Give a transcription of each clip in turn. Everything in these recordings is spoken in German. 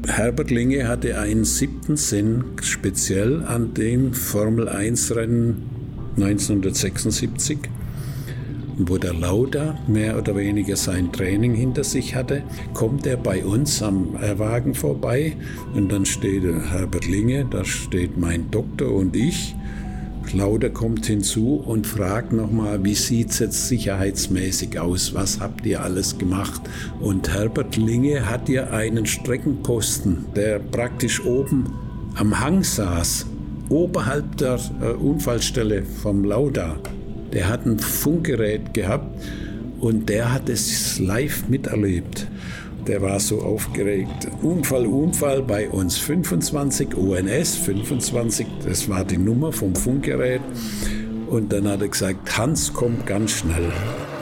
Herbert Linge hatte einen 7. Sinn speziell an dem Formel-1-Rennen 1976, wo der Lauda mehr oder weniger sein Training hinter sich hatte, kommt er bei uns am Wagen vorbei und dann steht Herbert Linge, da steht mein Doktor und ich. Lauda kommt hinzu und fragt nochmal, wie sieht es jetzt sicherheitsmäßig aus, was habt ihr alles gemacht? Und Herbert Linge hat ja einen Streckenposten, der praktisch oben am Hang saß, oberhalb der Unfallstelle vom Lauda. Der hat ein Funkgerät gehabt und der hat es live miterlebt. Der war so aufgeregt. Unfall bei uns 25, ONS 25, das war die Nummer vom Funkgerät. Und dann hat er gesagt, Hans kommt ganz schnell.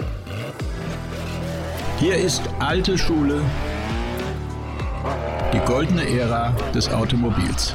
Hier ist alte Schule, die goldene Ära des Automobils.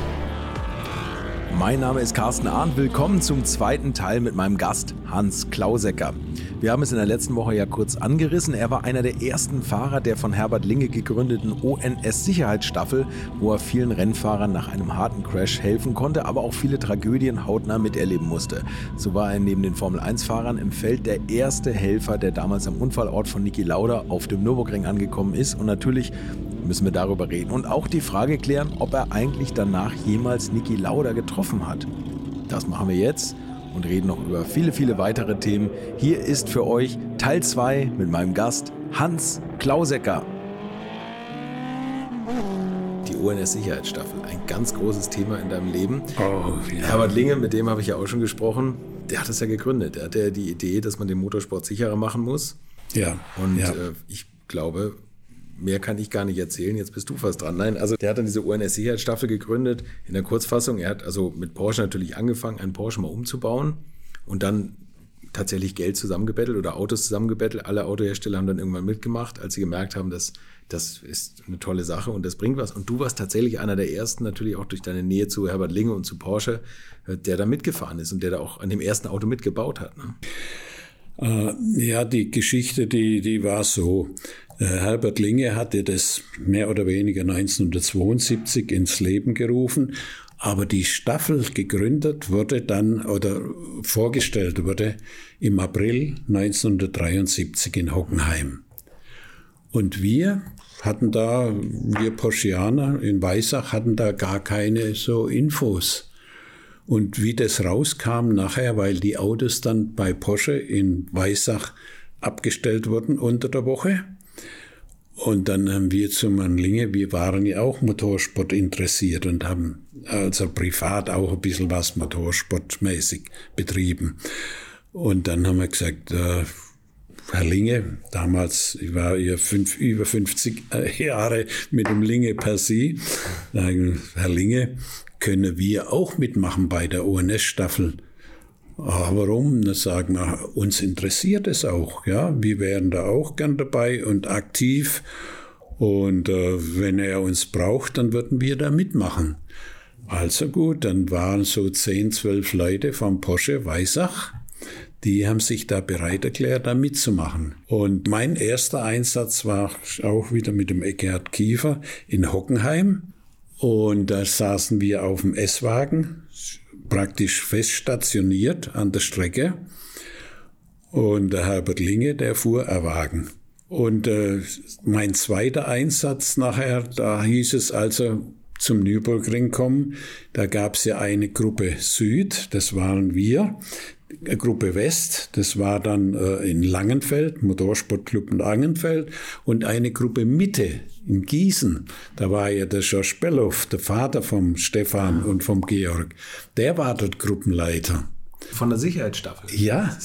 Mein Name ist Carsten Arndt. Willkommen zum zweiten Teil mit meinem Gast Hans Klausecker. Wir haben es in der letzten Woche ja kurz angerissen. Er war einer der ersten Fahrer der von Herbert Linge gegründeten ONS-Sicherheitsstaffel, wo er vielen Rennfahrern nach einem harten Crash helfen konnte, aber auch viele Tragödien hautnah miterleben musste. So war er neben den Formel-1-Fahrern im Feld der erste Helfer, der damals am Unfallort von Niki Lauda auf dem Nürburgring angekommen ist. Und natürlich müssen wir darüber reden und auch die Frage klären, ob er eigentlich danach jemals Niki Lauda getroffen hat. Das machen wir jetzt und reden noch über viele, viele weitere Themen. Hier ist für euch Teil 2 mit meinem Gast Hans Klausecker. Die ONS-Sicherheitsstaffel, ein ganz großes Thema in deinem Leben. Oh, ja. Herbert Linge, mit dem habe ich ja auch schon gesprochen, der hat es ja gegründet. Der hatte ja die Idee, dass man den Motorsport sicherer machen muss. Ja. Und ich glaube, mehr kann ich gar nicht erzählen, jetzt bist du fast dran. Nein, also der hat dann diese ONS-Sicherheitsstaffel gegründet. In der Kurzfassung, er hat also mit Porsche natürlich angefangen, einen Porsche mal umzubauen und dann tatsächlich Geld zusammengebettelt oder Autos zusammengebettelt. Alle Autohersteller haben dann irgendwann mitgemacht, als sie gemerkt haben, dass das ist eine tolle Sache und das bringt was. Und du warst tatsächlich einer der ersten, natürlich auch durch deine Nähe zu Herbert Linge und zu Porsche, der da mitgefahren ist und der da auch an dem ersten Auto mitgebaut hat. Ne? Ja, die Geschichte, die war so. Herbert Linge hatte das mehr oder weniger 1972 ins Leben gerufen, aber die Staffel gegründet wurde dann oder vorgestellt wurde im April 1973 in Hockenheim. Und wir Porschianer in Weissach hatten da gar keine so Infos. Und wie das rauskam nachher, weil die Autos dann bei Porsche in Weissach abgestellt wurden unter der Woche. Und dann haben wir zum Herrn Linge, wir waren ja auch Motorsport interessiert und haben also privat auch ein bisschen was motorsportmäßig betrieben. Und dann haben wir gesagt, Herr Linge, damals, ich war ja über 50 Jahre mit dem Linge per se, Herr Linge, können wir auch mitmachen bei der ONS-Staffel. Warum? Dann sagen wir, uns interessiert es auch. Ja, wir wären da auch gern dabei und aktiv. Und wenn er uns braucht, dann würden wir da mitmachen. Also gut, dann waren so 10, 12 Leute vom Porsche Weissach. Die haben sich da bereit erklärt, da mitzumachen. Und mein erster Einsatz war auch wieder mit dem Eckhard Kiefer in Hockenheim. Und da saßen wir auf dem S-Wagen, praktisch fest stationiert an der Strecke. Und der Herbert Linge, der fuhr ein Wagen. Und mein zweiter Einsatz nachher, da hieß es also zum Nürburgring kommen. Da gab es ja eine Gruppe Süd, das waren wir. Eine Gruppe West, das war dann in Langenfeld, Motorsportclub in Langenfeld, und eine Gruppe Mitte in Gießen. Da war ja der George Belloff, der Vater vom Stefan und vom Georg. Der war dort Gruppenleiter. Von der Sicherheitsstaffel? Ja.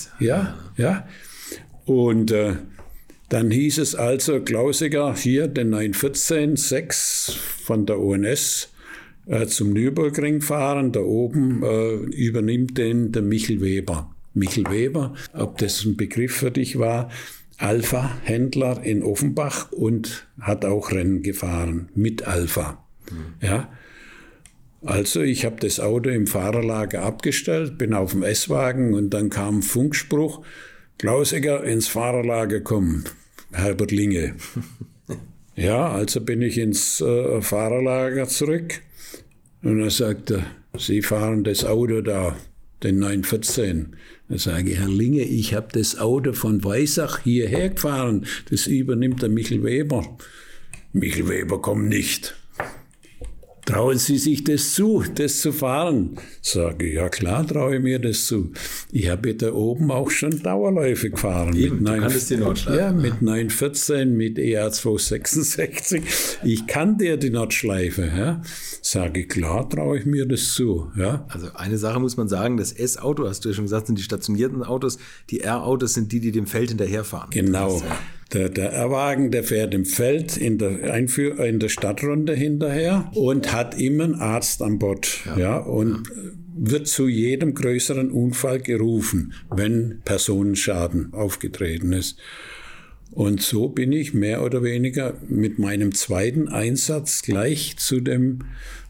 Und dann hieß es also, Klausecker, hier den 914-6 von der ONS, zum Nürburgring fahren, da oben übernimmt den der Michel Weber. Michel Weber, ob das ein Begriff für dich war, Alpha-Händler in Offenbach und hat auch Rennen gefahren mit Alpha. Ja. Also ich habe das Auto im Fahrerlager abgestellt, bin auf dem S-Wagen und dann kam ein Funkspruch, Klausecker ins Fahrerlager kommen, Herbert Linge. Ja, also bin ich ins Fahrerlager zurück und er sagte, Sie fahren das Auto da, den 914. Da sage ich, Herr Linge, ich habe das Auto von Weissach hierher gefahren, das übernimmt der Michel Weber. Michel Weber kommt nicht. Trauen Sie sich das zu fahren? Sage ich, ja klar, traue ich mir das zu. Ich habe da oben auch schon Dauerläufe gefahren. Eben, du kanntest die Nordschleife. Ja, mit 914, mit EA266. Ich kannte die Nordschleife. Ja. Sage ich, klar, traue ich mir das zu. Ja. Also eine Sache muss man sagen, das S-Auto, hast du ja schon gesagt, sind die stationierten Autos. Die R-Autos sind die dem Feld hinterherfahren. Genau. Der R-Wagen, der fährt im Feld in der Stadtrunde hinterher und hat immer einen Arzt an Bord. Ja, und wird zu jedem größeren Unfall gerufen, wenn Personenschaden aufgetreten ist. Und so bin ich mehr oder weniger mit meinem zweiten Einsatz gleich zu dem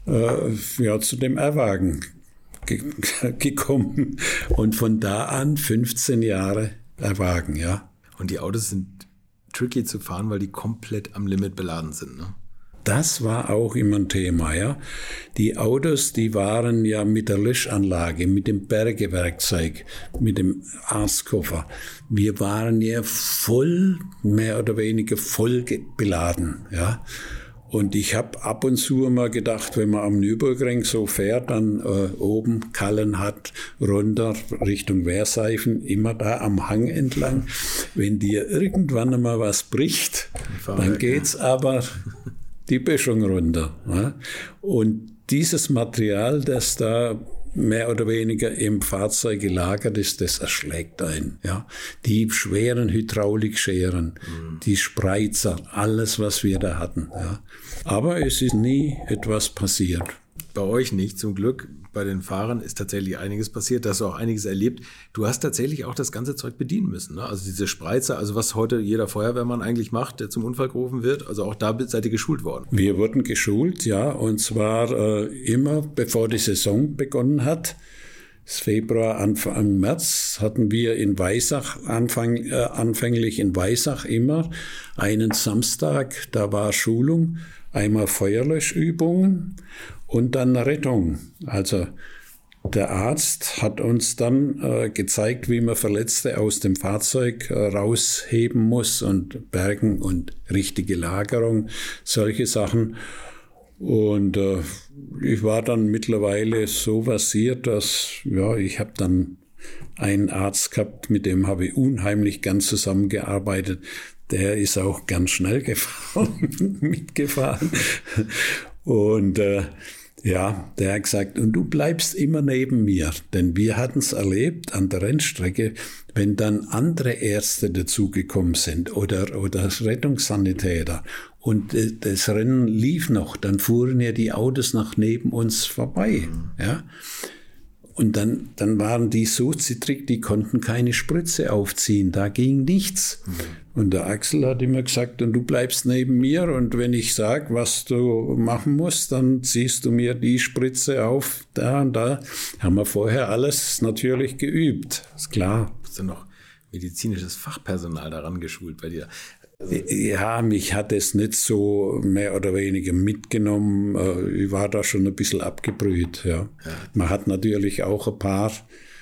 R-Wagen gekommen. Und von da an 15 Jahre R-Wagen, ja. Und die Autos sind tricky zu fahren, weil die komplett am Limit beladen sind, ne? Das war auch immer ein Thema, ja. Die Autos, die waren ja mit der Löschanlage, mit dem Bergewerkzeug, mit dem Arztkoffer. Wir waren ja mehr oder weniger voll beladen, ja. Und ich habe ab und zu immer gedacht, wenn man am Nürburgring so fährt, dann oben Kallen hat, runter Richtung Wehrseifen, immer da am Hang entlang. Wenn dir irgendwann einmal was bricht, dann geht's aber die Böschung runter. Ja? Und dieses Material, das da mehr oder weniger im Fahrzeug gelagert ist, das erschlägt einen. Ja? Die schweren Hydraulikscheren, die Spreizer, alles, was wir da hatten. Ja? Aber es ist nie etwas passiert. Bei euch nicht, zum Glück. Bei den Fahrern ist tatsächlich einiges passiert, da hast du auch einiges erlebt. Du hast tatsächlich auch das ganze Zeug bedienen müssen, ne? Also diese Spreizer, also was heute jeder Feuerwehrmann eigentlich macht, der zum Unfall gerufen wird, also auch da seid ihr geschult worden. Wir wurden geschult, ja, und zwar immer bevor die Saison begonnen hat. Februar, Anfang März hatten wir in Weissach, anfänglich in Weissach immer einen Samstag, da war Schulung, einmal Feuerlöschübungen und dann Rettung. Also der Arzt hat uns dann gezeigt, wie man Verletzte aus dem Fahrzeug rausheben muss und bergen und richtige Lagerung, solche Sachen. Und ich war dann mittlerweile so versiert, dass ich habe dann einen Arzt gehabt, mit dem habe ich unheimlich gern zusammengearbeitet. Der ist auch ganz schnell mitgefahren. Und der hat gesagt, und du bleibst immer neben mir. Denn wir hatten es erlebt an der Rennstrecke, wenn dann andere Ärzte dazugekommen sind oder Rettungssanitäter und das Rennen lief noch, dann fuhren ja die Autos nach neben uns vorbei. Ja? Und dann waren die so zittrig, die konnten keine Spritze aufziehen, da ging nichts. Und der Axel hat immer gesagt, und du bleibst neben mir und wenn ich sage, was du machen musst, dann ziehst du mir die Spritze auf, da und da. Haben wir vorher alles natürlich geübt, ist klar. Hast du noch medizinisches Fachpersonal daran geschult bei dir? Ja, mich hat es nicht so mehr oder weniger mitgenommen. Ich war da schon ein bisschen abgebrüht. Ja. Man hat natürlich auch ein paar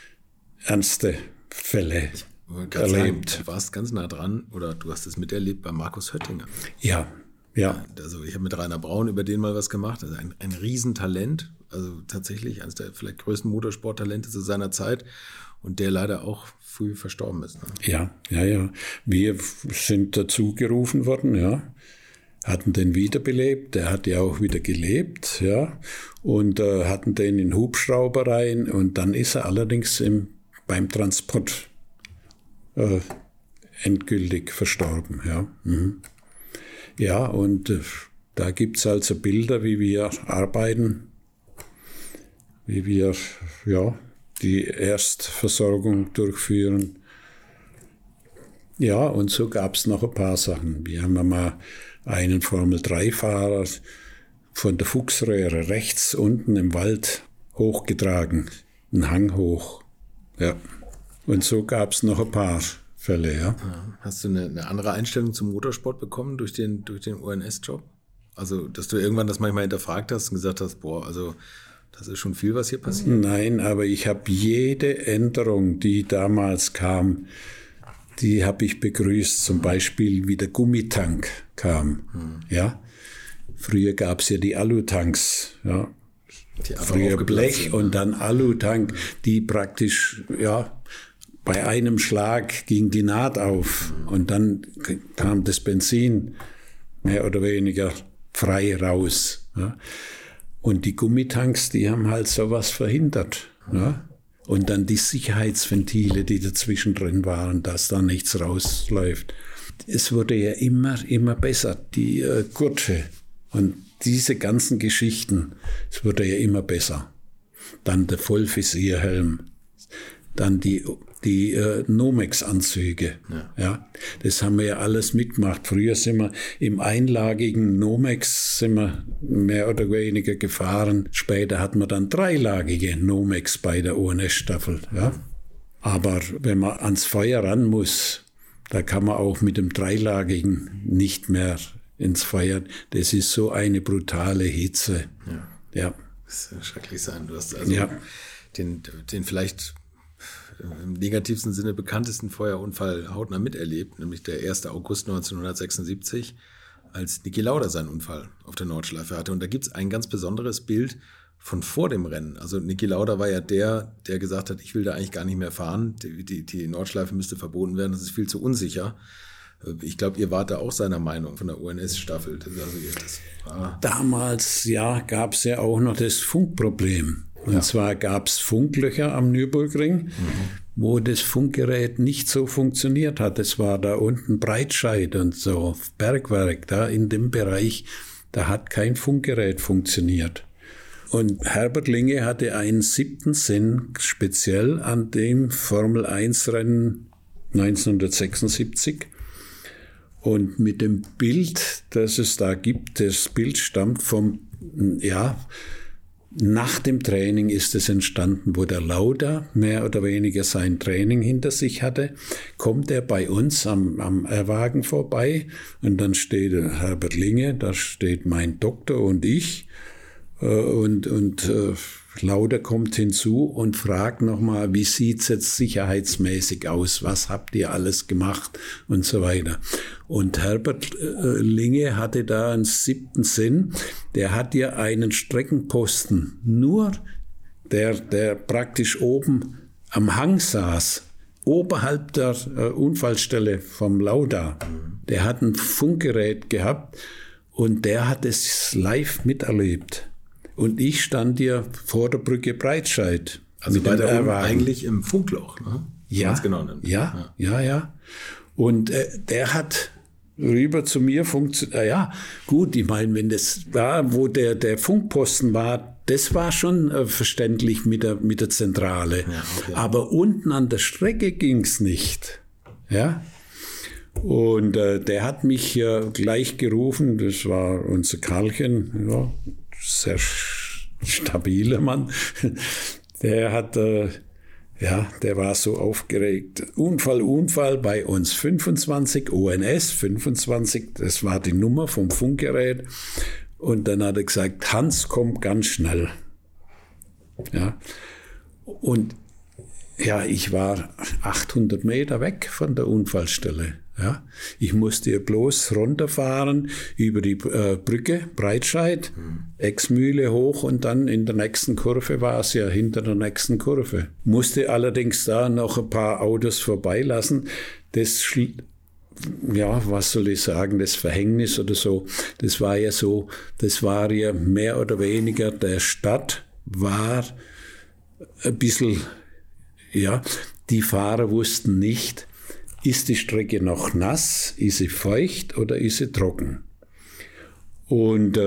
ernste Fälle erlebt. Sagen, du warst ganz nah dran oder du hast es miterlebt bei Markus Höttinger. Ja. Also ich habe mit Rainer Braun über den mal was gemacht. Also ein Riesentalent, also tatsächlich eines der vielleicht größten Motorsporttalente zu seiner Zeit. Und der leider auch früh verstorben ist. Ne? Ja. Wir sind dazu gerufen worden, ja. Hatten den wiederbelebt, der hat ja auch wieder gelebt, ja. Und hatten den in Hubschrauber rein und dann ist er allerdings beim Transport endgültig verstorben, ja. Ja, und da gibt's also Bilder, wie wir arbeiten, wie wir, die Erstversorgung durchführen. Ja, und so gab es noch ein paar Sachen. Wir haben mal einen Formel-3-Fahrer von der Fuchsröhre rechts unten im Wald hochgetragen, einen Hang hoch. Ja. Und so gab es noch ein paar Fälle, ja. Hast du eine andere Einstellung zum Motorsport bekommen durch den ONS-Job? Also, dass du irgendwann das manchmal hinterfragt hast und gesagt hast, also das ist schon viel, was hier passiert? Nein, aber ich habe jede Änderung, die damals kam, die habe ich begrüßt. Zum Beispiel, wie der Gummitank kam. Ja. Früher gab es ja die Alutanks. Ja. Früher Blech sind, und dann Alutank, die praktisch, ja, bei einem Schlag ging die Naht auf und dann kam das Benzin mehr oder weniger frei raus. Ja. Und die Gummitanks, die haben halt sowas verhindert. Ja. Und dann die Sicherheitsventile, die dazwischen drin waren, dass da nichts rausläuft. Es wurde ja immer besser, die Gurte und diese ganzen Geschichten, es wurde ja immer besser. Dann der Vollvisierhelm, dann die Nomex-Anzüge. Ja, das haben wir ja alles mitgemacht. Früher sind wir im einlagigen Nomex mehr oder weniger gefahren. Später hatten wir dann dreilagige Nomex bei der ONS-Staffel. Ja. Aber wenn man ans Feuer ran muss, da kann man auch mit dem dreilagigen nicht mehr ins Feuer. Das ist so eine brutale Hitze. Ja. Das ist schrecklich sein. Du hast also den vielleicht im negativsten Sinne bekanntesten Feuerunfall hautnah miterlebt, nämlich der 1. August 1976, als Niki Lauda seinen Unfall auf der Nordschleife hatte. Und da gibt es ein ganz besonderes Bild von vor dem Rennen. Also Niki Lauda war ja der gesagt hat, ich will da eigentlich gar nicht mehr fahren. Die Nordschleife müsste verboten werden, das ist viel zu unsicher. Ich glaube, ihr wart da auch seiner Meinung von der ONS-Staffel. Damals, gab es ja auch noch das Funkproblem. Und zwar gab es Funklöcher am Nürburgring, wo das Funkgerät nicht so funktioniert hat. Es war da unten Breitscheid und so, Bergwerk, da in dem Bereich, da hat kein Funkgerät funktioniert. Und Herbert Linge hatte einen 7. Sinn speziell an dem Formel-1-Rennen 1976. Und mit dem Bild, das es da gibt, das Bild stammt nach dem Training ist es entstanden, wo der Lauda mehr oder weniger sein Training hinter sich hatte, kommt er bei uns am R-Wagen vorbei und dann steht Herbert Linge, da steht mein Doktor und ich und Lauda kommt hinzu und fragt nochmal, wie sieht's jetzt sicherheitsmäßig aus, was habt ihr alles gemacht und so weiter. Und Herbert Linge hatte da einen 7. Sinn, der hat ja einen Streckenposten, nur der praktisch oben am Hang saß, oberhalb der Unfallstelle vom Lauda. Der hat ein Funkgerät gehabt und der hat es live miterlebt. Und ich stand hier vor der Brücke Breitscheid. Also bei der eigentlich im Funkloch, ne? Ja, genau nimmt. Ja. Und der hat rüber zu mir gut, ich meine, wenn das war, wo der Funkposten war, das war schon verständlich mit der Zentrale. Ja, okay. Aber unten an der Strecke ging's nicht. Ja. Und der hat mich gleich gerufen, das war unser Karlchen, sehr stabiler Mann. Der hat, der war so aufgeregt. Unfall bei uns 25, ONS 25, das war die Nummer vom Funkgerät. Und dann hat er gesagt, Hans kommt ganz schnell. Ja. Und ich war 800 Meter weg von der Unfallstelle. Ja, ich musste ja bloß runterfahren über die Brücke, Breitscheid, Exmühle hoch und dann in der nächsten Kurve war es ja hinter der nächsten Kurve. Musste allerdings da noch ein paar Autos vorbeilassen. Das, was soll ich sagen, das Verhängnis oder so, das war ja mehr oder weniger der Stadt war ein bisschen, die Fahrer wussten nicht, ist die Strecke noch nass, ist sie feucht oder ist sie trocken? Und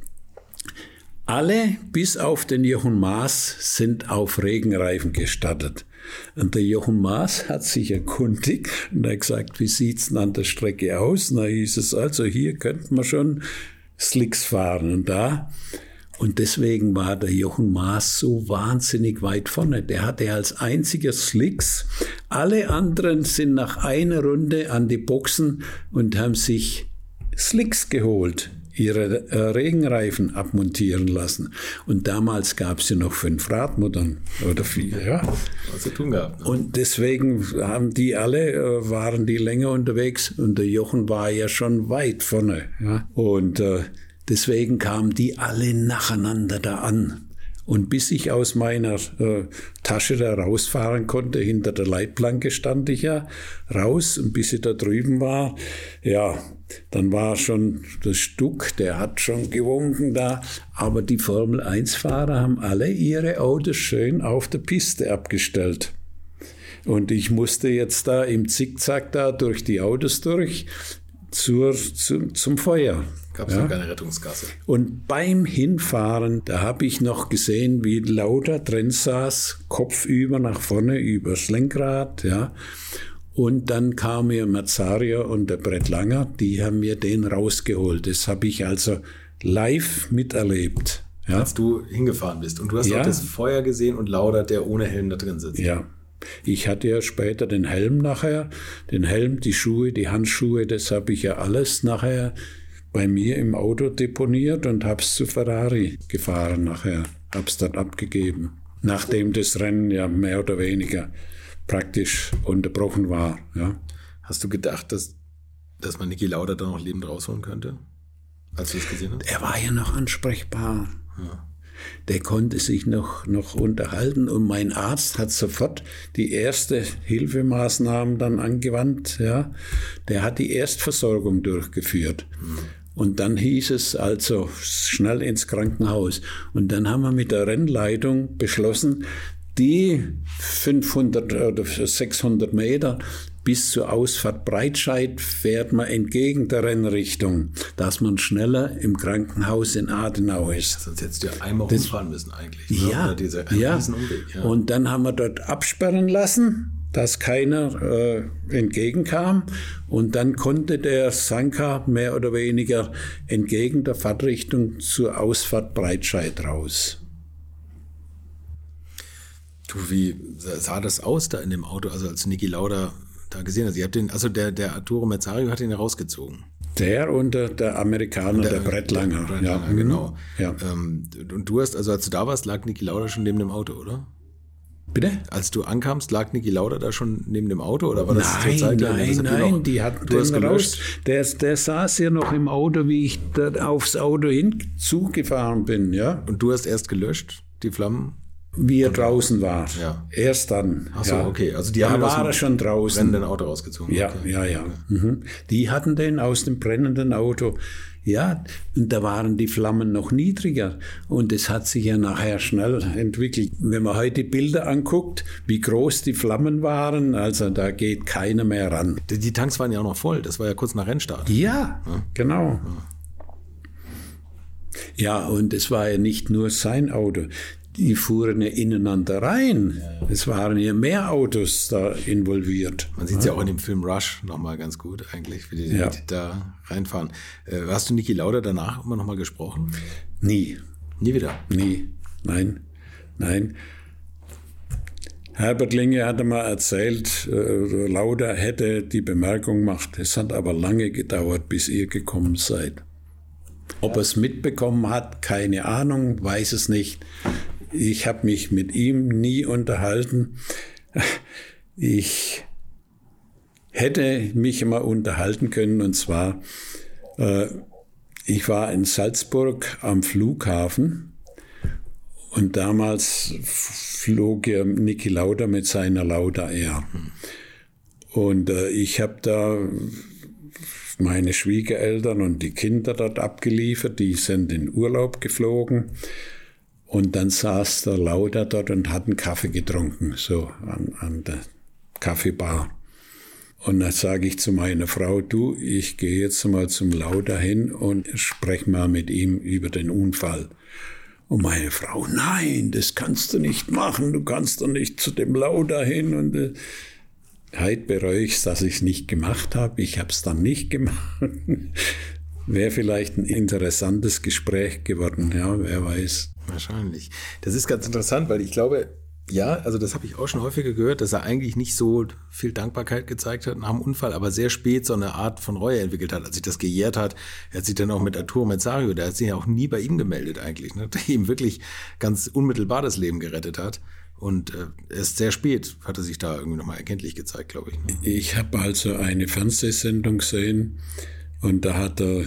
alle, bis auf den Jochen Maas, sind auf Regenreifen gestattet. Und der Jochen Maas hat sich erkundigt und hat gesagt, wie sieht's denn an der Strecke aus? Na, hieß es also, hier könnte man schon Slicks fahren und da. Und deswegen war der Jochen Maas so wahnsinnig weit vorne. Der hatte als einziger Slicks. Alle anderen sind nach einer Runde an die Boxen und haben sich Slicks geholt, ihre Regenreifen abmontieren lassen. Und damals gab es ja noch 5 Radmuttern oder 4. Ja. Was zu tun gehabt. Ne? Und deswegen waren die länger unterwegs und der Jochen war ja schon weit vorne. Ja. Und deswegen kamen die alle nacheinander da an. Und bis ich aus meiner Tasche da rausfahren konnte, hinter der Leitplanke stand ich ja raus. Und bis ich da drüben war, ja, dann war schon der Stuck, der hat schon gewunken da. Aber die Formel-1-Fahrer haben alle ihre Autos schön auf der Piste abgestellt. Und ich musste jetzt da im Zickzack da durch die Autos durch zum Feuer. Gab es noch keine Rettungsgasse. Und beim Hinfahren, da habe ich noch gesehen, wie Lauda drin saß, kopfüber nach vorne, übers Lenkrad, ja. Und dann kam mir Mazzaria und der Brett Langer, die haben mir den rausgeholt. Das habe ich also live miterlebt. Ja. Als du hingefahren bist. Und du hast auch das Feuer gesehen und Lauda, der ohne Helm da drin sitzt. Ja. Ich hatte ja später den Helm nachher. Den Helm, die Schuhe, die Handschuhe, das habe ich ja alles nachher bei mir im Auto deponiert und habe es zu Ferrari gefahren nachher. Habe es dort abgegeben. Nachdem das Rennen ja mehr oder weniger praktisch unterbrochen war. Ja. Hast du gedacht, dass man Niki Lauda da noch lebend rausholen könnte? Als du es gesehen hast? Er war ja noch ansprechbar. Ja. Der konnte sich noch unterhalten und mein Arzt hat sofort die erste Hilfemaßnahmen dann angewandt. Ja. Der hat die Erstversorgung durchgeführt. Und dann hieß es also schnell ins Krankenhaus. Und dann haben wir mit der Rennleitung beschlossen, die 500 oder 600 Meter bis zur Ausfahrt Breitscheid fährt man entgegen der Rennrichtung, dass man schneller im Krankenhaus in Adenau ist. Sonst hättest du ja einmal rumfahren müssen eigentlich. Ne? Ja, Riesenumweg, ja. Und dann haben wir dort absperren lassen, dass keiner entgegenkam. Und dann konnte der Sanka mehr oder weniger entgegen der Fahrtrichtung zur Ausfahrt Breitscheid raus. Du, wie sah das aus da in dem Auto, also als Niki Lauda da gesehen hast? Ihr habt den, also der Arturo Merzario hat ihn ja rausgezogen. Der und der Amerikaner, der Brett Langer. Brett Langer, genau. Ja. Und du hast, also als du da warst, lag Niki Lauda schon neben dem Auto, oder? Bitte? Als du ankamst, lag Niki Lauda da schon neben dem Auto, oder war das zur Zeit? Nein, die hatten den raus. Der saß ja noch im Auto, wie ich da aufs Auto hinzugefahren bin, ja. Und du hast erst gelöscht, die Flammen? Wie er draußen war. Ja. Erst dann. Ach so, ja. okay. Also die da haben war er schon draußen. Brennenden Auto rausgezogen. Ja, okay. ja. Mhm. Die hatten den aus dem brennenden Auto. Ja, und da waren die Flammen noch niedriger. Und es hat sich ja nachher schnell entwickelt. Wenn man heute die Bilder anguckt, wie groß die Flammen waren, also da geht keiner mehr ran. Die Tanks waren ja auch noch voll. Das war ja kurz nach Rennstart. Ja. Genau. Ja, und es war ja nicht nur sein Auto. Die fuhren ja ineinander rein. Es waren ja mehr Autos da involviert. Man sieht es ja auch in dem Film Rush nochmal ganz gut eigentlich, wie die da reinfahren. Hast du Niki Lauda danach immer nochmal gesprochen? Nie. Nie wieder? Nie. Nein. Herbert Linge hatte mal erzählt, Lauda hätte die Bemerkung gemacht, es hat aber lange gedauert, bis ihr gekommen seid. Ob er es mitbekommen hat, keine Ahnung, weiß es nicht. Ich habe mich mit ihm nie unterhalten. Ich hätte mich mal unterhalten können, und zwar, ich war in Salzburg am Flughafen und damals flog ja Niki Lauda mit seiner Lauda Air. Und ich habe da meine Schwiegereltern und die Kinder dort abgeliefert, die sind in Urlaub geflogen. Und dann saß der Lauda dort und hat einen Kaffee getrunken, so an der Kaffeebar. Und dann sage ich zu meiner Frau, du, ich gehe jetzt mal zum Lauda hin und spreche mal mit ihm über den Unfall. Und meine Frau, nein, das kannst du nicht machen, du kannst doch nicht zu dem Lauda hin. Und heute bereue ich es, dass ich es nicht gemacht habe. Ich habe es dann nicht gemacht. wäre vielleicht ein interessantes Gespräch geworden, ja, wer weiß. Wahrscheinlich. Das ist ganz interessant, weil ich glaube, ja, also das habe ich auch schon häufiger gehört, dass er eigentlich nicht so viel Dankbarkeit gezeigt hat nach dem Unfall, aber sehr spät so eine Art von Reue entwickelt hat, als sich das gejährt hat. Er hat sich dann auch mit Arturo Merzario, der hat sich ja auch nie bei ihm gemeldet eigentlich, ne, der ihm wirklich ganz unmittelbar das Leben gerettet hat. Und erst sehr spät hat er sich da irgendwie nochmal erkenntlich gezeigt, glaube ich. Ne? Ich habe also eine Fernsehsendung gesehen und da hat der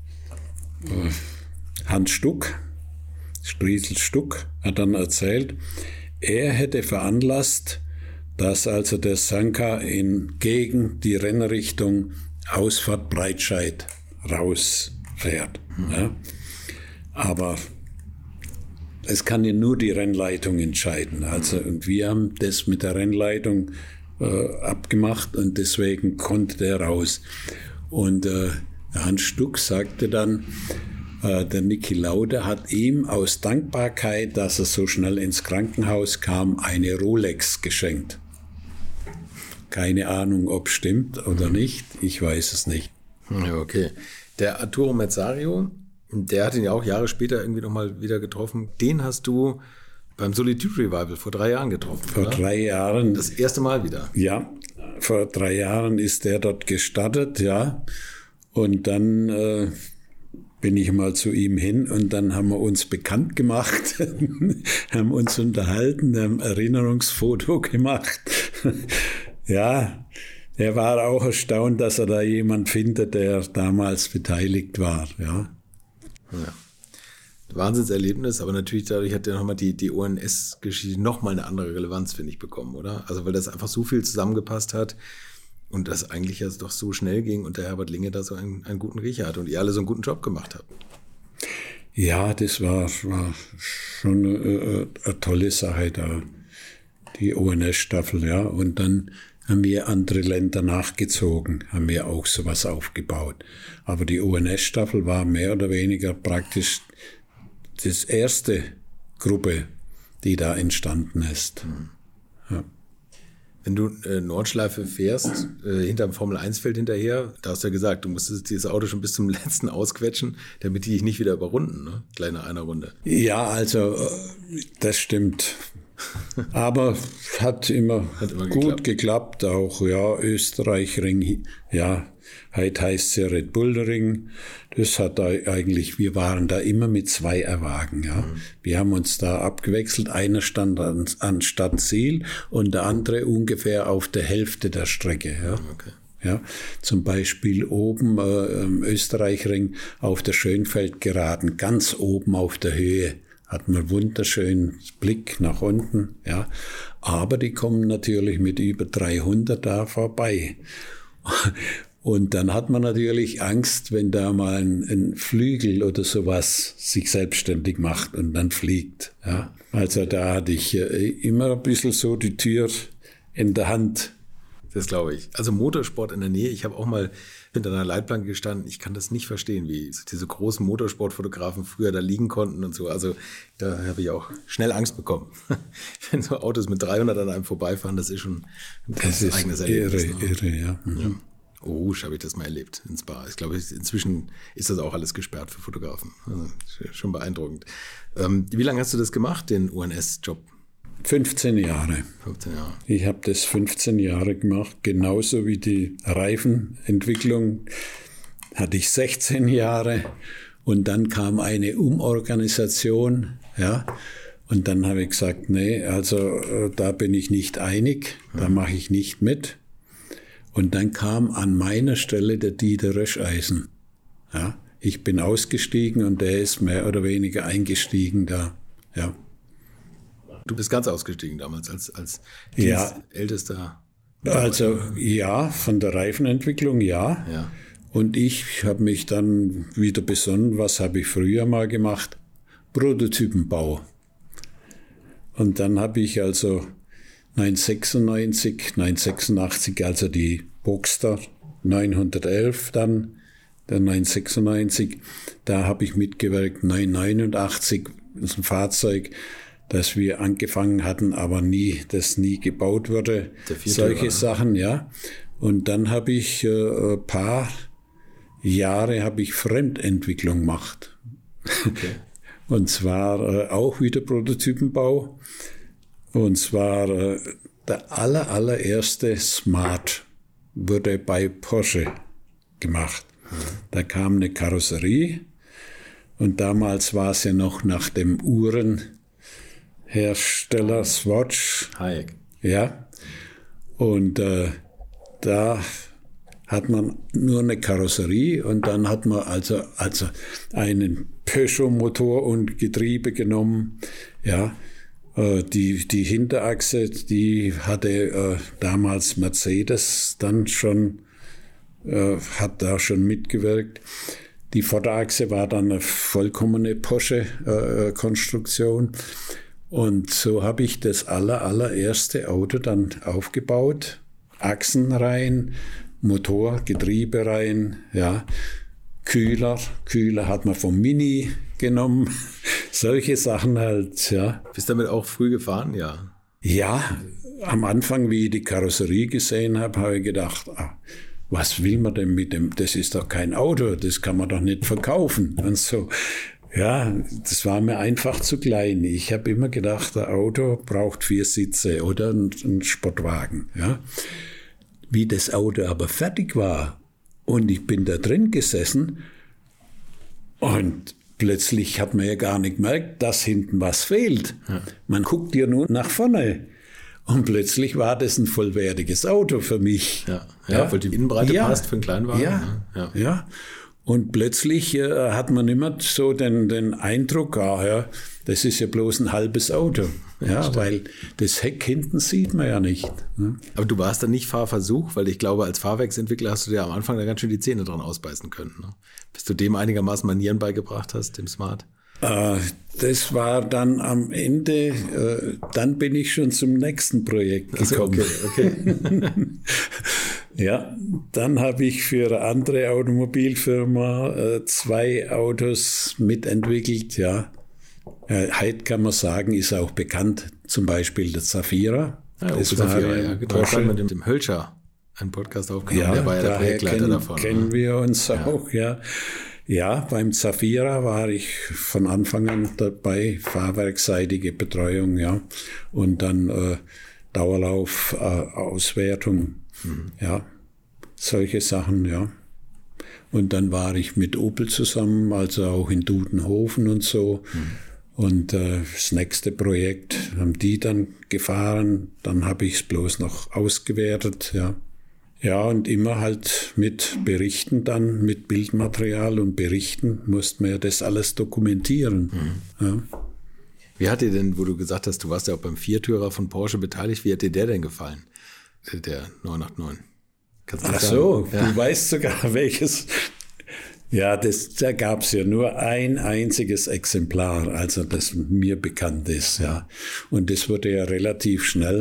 Hans Stuck, Striesel Stuck, hat dann erzählt, er hätte veranlasst, dass also der Sanka gegen die Rennrichtung Ausfahrt Breitscheid rausfährt. Ja. Aber es kann ja nur die Rennleitung entscheiden. Also, und wir haben das mit der Rennleitung abgemacht und deswegen konnte der raus. Und Hans Stuck sagte dann, der Niki Lauda hat ihm aus Dankbarkeit, dass er so schnell ins Krankenhaus kam, eine Rolex geschenkt. Keine Ahnung, ob stimmt oder nicht. Ich weiß es nicht. Ja, okay. Der Arturo Merzario, der hat ihn ja auch Jahre später irgendwie nochmal wieder getroffen. Den hast du beim Solitude Revival vor 3 Jahren getroffen, Vor oder? 3 Jahren. Das erste Mal wieder. Ja, vor 3 Jahren ist der dort gestartet, ja. Und dann bin ich mal zu ihm hin und dann haben wir uns bekannt gemacht, haben uns unterhalten, haben Erinnerungsfoto gemacht. Ja, er war auch erstaunt, dass er da jemand findet, der damals beteiligt war, ja. Ja. Wahnsinnserlebnis, aber natürlich dadurch hat ja nochmal die ONS-Geschichte nochmal eine andere Relevanz, finde ich, bekommen, oder? Also weil das einfach so viel zusammengepasst hat und das eigentlich ja doch so schnell ging und der Herbert Linge da so einen guten Riecher hat und ihr alle so einen guten Job gemacht habt. Ja, das war schon eine tolle Sache da, die ONS-Staffel, ja. Und dann haben wir andere Länder nachgezogen, haben wir auch sowas aufgebaut. Aber die ONS-Staffel war mehr oder weniger praktisch das erste Gruppe, die da entstanden ist. Ja. Wenn du Nordschleife fährst, hinterm Formel-1-Feld hinterher, da hast du ja gesagt, du musstest dieses Auto schon bis zum letzten ausquetschen, damit die dich nicht wieder überrunden, ne? Kleine eine Runde. Ja, also das stimmt. Aber hat immer gut geklappt, auch ja, Österreich-Ring, ja, heute heißt es ja Red Bull Ring. Das hat eigentlich, wir waren da immer mit 2 Wagen, ja. Wir haben uns da abgewechselt, einer stand an Stadtziel und der andere ungefähr auf der Hälfte der Strecke, ja. Okay. Ja, zum Beispiel oben im Österreich-Ring auf der Schönfeldgeraden, ganz oben auf der Höhe. Hat man wunderschönen Blick nach unten, ja. Aber die kommen natürlich mit über 300 da vorbei. Und dann hat man natürlich Angst, wenn da mal ein Flügel oder sowas sich selbstständig macht und dann fliegt, ja. Also da hatte ich immer ein bisschen so die Tür in der Hand. Das glaube ich. Also Motorsport in der Nähe. Ich habe auch mal hinter einer Leitplanke gestanden. Ich kann das nicht verstehen, wie diese großen Motorsportfotografen früher da liegen konnten und so. Also da habe ich auch schnell Angst bekommen. Wenn so Autos mit 300 an einem vorbeifahren, das ist schon ein ganz eigenes Erlebnis. Irre, ja. Ja. Oh, habe ich das mal erlebt in Spa. Ich glaube, inzwischen ist das auch alles gesperrt für Fotografen. Also, schon beeindruckend. Wie lange hast du das gemacht, den ONS-Job? 15 Jahre. 15 Jahre. Ich habe das 15 Jahre gemacht, genauso wie die Reifenentwicklung hatte ich 16 Jahre und dann kam eine Umorganisation, ja, und dann habe ich gesagt, nee, also da bin ich nicht einig, da mache ich nicht mit. Und dann kam an meiner Stelle der Dieter Röscheisen, ja. Ich bin ausgestiegen und der ist mehr oder weniger eingestiegen da, ja. Du bist ganz ausgestiegen damals als ja. Ältester. Also ja, von der Reifenentwicklung ja. Und ich habe mich dann wieder besonnen, was habe ich früher mal gemacht? Prototypenbau. Und dann habe ich also 1986, also die Boxster 911 dann, der 996, da habe ich mitgewirkt, 989, das ist ein Fahrzeug, dass wir angefangen hatten, aber das nie gebaut wurde. Solche Sachen, ja. Und dann habe ich ein paar Jahre habe ich Fremdentwicklung gemacht. Okay. Und zwar auch wieder Prototypenbau. Und zwar der allererste Smart wurde bei Porsche gemacht. Da kam eine Karosserie und damals war es ja noch nach dem Uhrenhersteller Swatch. Hayek. Ja. Und da hat man nur eine Karosserie und dann hat man also einen Peugeot-Motor und Getriebe genommen. Ja. Die Hinterachse, die hatte damals Mercedes dann schon, hat da schon mitgewirkt. Die Vorderachse war dann eine vollkommene Porsche-Konstruktion. Und so habe ich das allererste Auto dann aufgebaut. Achsen rein, Motor, Getriebe rein, ja. Kühler hat man vom Mini genommen. Solche Sachen halt, ja. Bist du damit auch früh gefahren? Ja. Ja, am Anfang, wie ich die Karosserie gesehen habe ich gedacht, was will man denn mit dem? Das ist doch kein Auto, das kann man doch nicht verkaufen und so. Ja, das war mir einfach zu klein. Ich habe immer gedacht, ein Auto braucht 4 Sitze oder ein Sportwagen. Ja. Wie das Auto aber fertig war und ich bin da drin gesessen und plötzlich hat man ja gar nicht gemerkt, dass hinten was fehlt. Ja. Man guckt ja nur nach vorne. Und plötzlich war das ein vollwertiges Auto für mich. Ja, weil die Innenbreite passt für einen Kleinwagen. Ja. Und plötzlich hat man immer so den Eindruck, das ist ja bloß ein halbes Auto. Ja, weil das Heck hinten sieht man ja nicht. Ne? Aber du warst dann nicht Fahrversuch, weil ich glaube, als Fahrwerksentwickler hast du dir am Anfang da ganz schön die Zähne dran ausbeißen können. Ne? Bis du dem einigermaßen Manieren beigebracht hast, dem Smart. Das war dann am Ende, dann bin ich schon zum nächsten Projekt gekommen. Okay. Ja, dann habe ich für eine andere Automobilfirma 2 Autos mitentwickelt, ja. Heute kann man sagen, ist auch bekannt, zum Beispiel der Zafira. Ja, das war Zafira, genau. Ich habe mit dem Hölscher einen Podcast aufgenommen, der war ja der Projektleiter davon. Kennen wir uns auch, ja. Ja, beim Zafira war ich von Anfang an dabei, fahrwerksseitige Betreuung, ja. Und dann Dauerlauf, Auswertung, ja. Solche Sachen, ja. Und dann war ich mit Opel zusammen, also auch in Dudenhofen und so. Und das nächste Projekt haben die dann gefahren. Dann habe ich es bloß noch ausgewertet, ja. Ja, und immer halt mit Berichten dann, mit Bildmaterial und Berichten mussten wir das alles dokumentieren. Ja. Wie hat dir denn, wo du gesagt hast, du warst ja auch beim Viertürer von Porsche beteiligt, wie hat dir der denn gefallen? Der 989. Ach so, ja. Du weißt sogar welches. Ja, da gab es ja nur ein einziges Exemplar, also das mir bekannt ist, ja. Und das wurde ja relativ schnell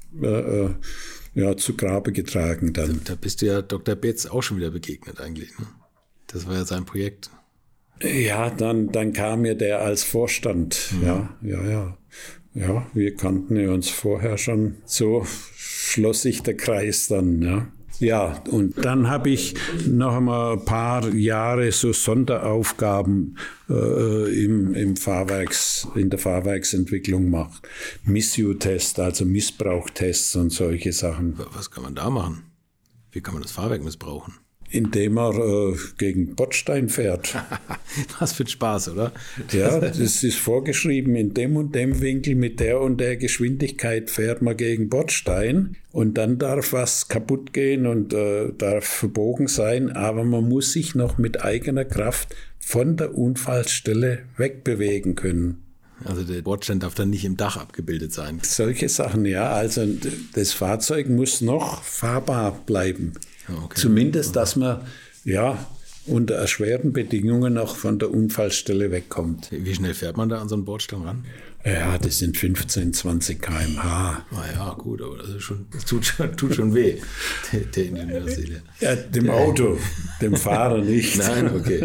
zu Grabe getragen dann. Da bist du ja Dr. Betz auch schon wieder begegnet eigentlich, ne? Das war ja sein Projekt. Ja, dann kam ja der als Vorstand. Ja, wir kannten ja uns vorher schon. So schloss sich der Kreis dann, ja. Ja, und dann habe ich noch einmal ein paar Jahre so Sonderaufgaben in der Fahrwerksentwicklung gemacht. Misuse-Test, also Missbrauchtests und solche Sachen. Was kann man da machen? Wie kann man das Fahrwerk missbrauchen? Indem er gegen Bordstein fährt. Was für ein Spaß, oder? Ja, das ist vorgeschrieben, in dem und dem Winkel mit der und der Geschwindigkeit fährt man gegen Bordstein und dann darf was kaputt gehen und darf verbogen sein, aber man muss sich noch mit eigener Kraft von der Unfallstelle wegbewegen können. Also der Bordstein darf dann nicht im Dach abgebildet sein. Solche Sachen, ja. Also das Fahrzeug muss noch fahrbar bleiben. Okay. Zumindest, dass man unter erschwerten Bedingungen auch von der Unfallstelle wegkommt. Wie schnell fährt man da an so einen Bordstein ran? Ja, das sind 15, 20 km/h. Ja, gut, aber das tut schon weh, der Ingenieurseele. Ja, dem Auto, dem Fahrer nicht. Nein, okay.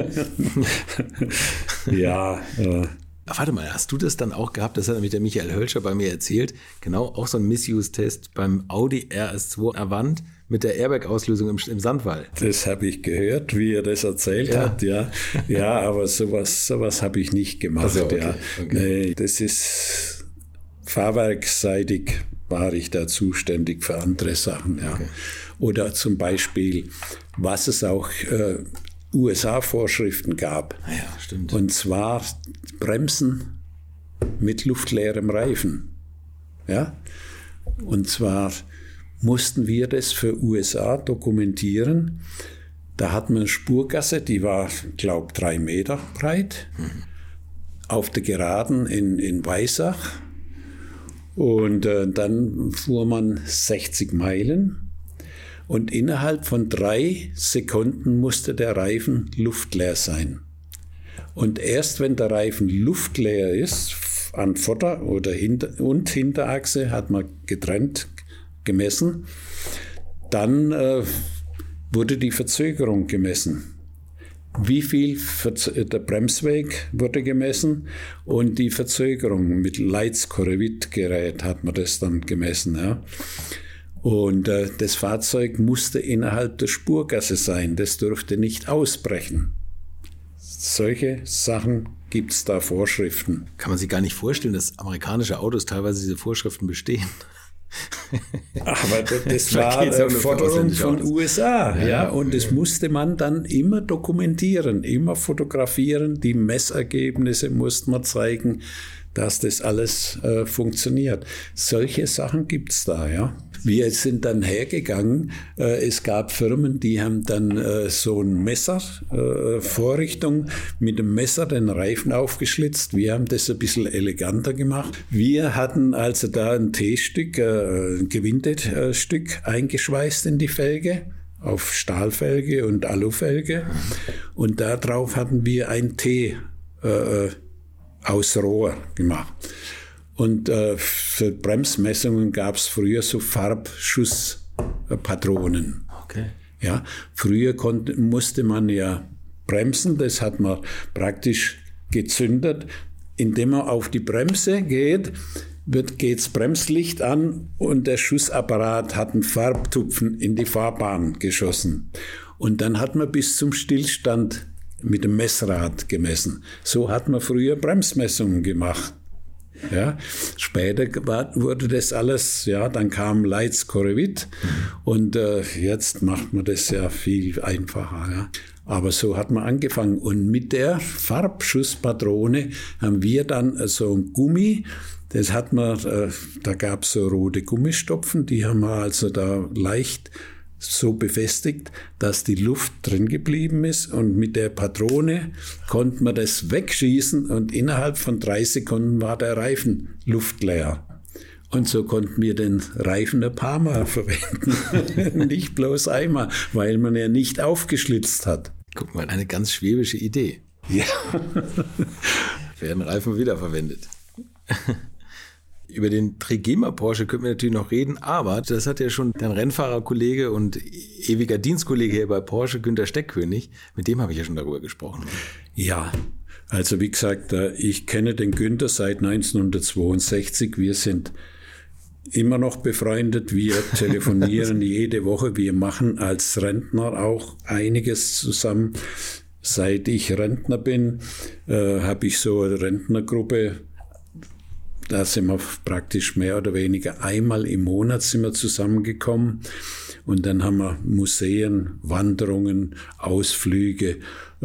Ja. Warte mal, hast du das dann auch gehabt? Das hat nämlich der Michael Hölscher bei mir erzählt. Genau, auch so ein Misuse-Test beim Audi RS2 Avant mit der Airbag-Auslösung im Sandwall. Das habe ich gehört, wie er das erzählt hat, ja. Ja, aber sowas habe ich nicht gemacht. Also, okay, ja. okay. Das ist fahrwerksseitig, war ich da zuständig für andere Sachen. Ja. Okay. Oder zum Beispiel, was es auch USA-Vorschriften gab. Ja, stimmt. Und zwar Bremsen mit luftleerem Reifen. Ja? Und zwar mussten wir das für USA dokumentieren. Da hatten wir eine Spurgasse, die war, glaube ich, 3 Meter breit, auf der Geraden in Weissach. Und dann fuhr man 60 Meilen und innerhalb von 3 Sekunden musste der Reifen luftleer sein. Und erst wenn der Reifen luftleer ist, an Vorder- oder Hinterachse hat man getrennt gemessen, dann wurde die Verzögerung gemessen. Wie viel der Bremsweg wurde gemessen und die Verzögerung mit Leitz-Correvit-Gerät hat man das dann gemessen. Ja. Und das Fahrzeug musste innerhalb der Spurgasse sein, das durfte nicht ausbrechen. Solche Sachen gibt es da Vorschriften. Kann man sich gar nicht vorstellen, dass amerikanische Autos teilweise diese Vorschriften bestehen. Aber das war eine Forderung von USA, ja, und das musste man dann immer dokumentieren, immer fotografieren, die Messergebnisse musste man zeigen, dass das alles funktioniert. Solche Sachen gibt es da, ja. Wir sind dann hergegangen, es gab Firmen, die haben dann so ein Messer, Vorrichtung, mit dem Messer den Reifen aufgeschlitzt. Wir haben das ein bisschen eleganter gemacht. Wir hatten also da ein T-Stück, ein Gewindestück eingeschweißt in die Felge, auf Stahlfelge und Alufelge. Und darauf hatten wir ein T aus Rohr gemacht. Und für Bremsmessungen gab es früher so Farbschusspatronen. Okay. Ja, früher musste man ja bremsen, das hat man praktisch gezündet. Indem man auf die Bremse geht, geht's Bremslicht an und der Schussapparat hat einen Farbtupfen in die Fahrbahn geschossen. Und dann hat man bis zum Stillstand mit dem Messrad gemessen. So hat man früher Bremsmessungen gemacht. Ja, später wurde das alles, ja, dann kam Leitz-Correvit und jetzt macht man das ja viel einfacher. Ja. Aber so hat man angefangen und mit der Farbschusspatrone haben wir dann so ein Gummi, das hat man, da gab es so rote Gummistopfen, die haben wir also da leicht so befestigt, dass die Luft drin geblieben ist und mit der Patrone konnte man das wegschießen und innerhalb von 3 Sekunden war der Reifen luftleer. Und so konnten wir den Reifen ein paar Mal verwenden, nicht bloß einmal, weil man ja nicht aufgeschlitzt hat. Guck mal, eine ganz schwäbische Idee. Ja. Werden Reifen wiederverwendet. Über den Trigema Porsche können wir natürlich noch reden, aber das hat ja schon dein Rennfahrerkollege und ewiger Dienstkollege hier bei Porsche, Günter Steckkönig, mit dem habe ich ja schon darüber gesprochen. Ja, also wie gesagt, ich kenne den Günter seit 1962. Wir sind immer noch befreundet, wir telefonieren jede Woche, wir machen als Rentner auch einiges zusammen. Seit ich Rentner bin, habe ich so eine Rentnergruppe. Da sind wir praktisch mehr oder weniger einmal im Monat sind wir zusammengekommen und dann haben wir Museen, Wanderungen, Ausflüge,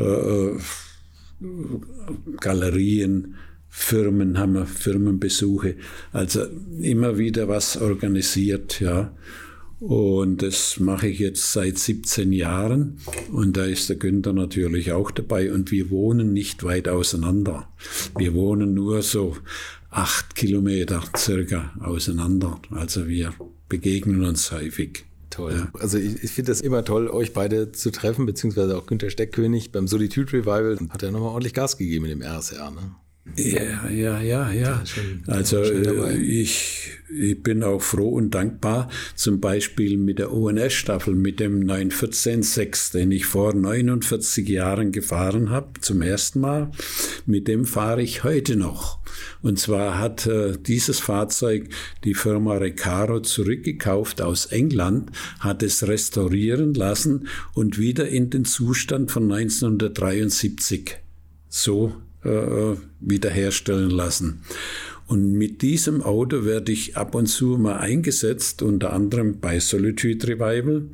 Galerien, Firmen haben wir, Firmenbesuche, also immer wieder was organisiert, ja. Und das mache ich jetzt seit 17 Jahren und da ist der Günter natürlich auch dabei und wir wohnen nicht weit auseinander. Wir wohnen nur so 8 Kilometer circa auseinander. Also wir begegnen uns häufig. Toll. Ja. Also ich finde das immer toll, euch beide zu treffen, beziehungsweise auch Günter Steckkönig beim Solitude Revival. Hat er nochmal ordentlich Gas gegeben mit dem RSR, ne? Ja. Also ich bin auch froh und dankbar, zum Beispiel mit der ONS-Staffel, mit dem 914-6, den ich vor 49 Jahren gefahren habe, zum ersten Mal. Mit dem fahre ich heute noch. Und zwar hat dieses Fahrzeug die Firma Recaro zurückgekauft aus England, hat es restaurieren lassen und wieder in den Zustand von 1973 so wiederherstellen lassen. Und mit diesem Auto werde ich ab und zu mal eingesetzt, unter anderem bei Solitude Revival,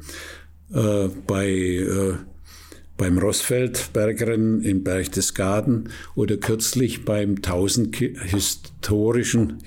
beim Rossfeldbergrennen im Berchtesgaden oder kürzlich beim historischen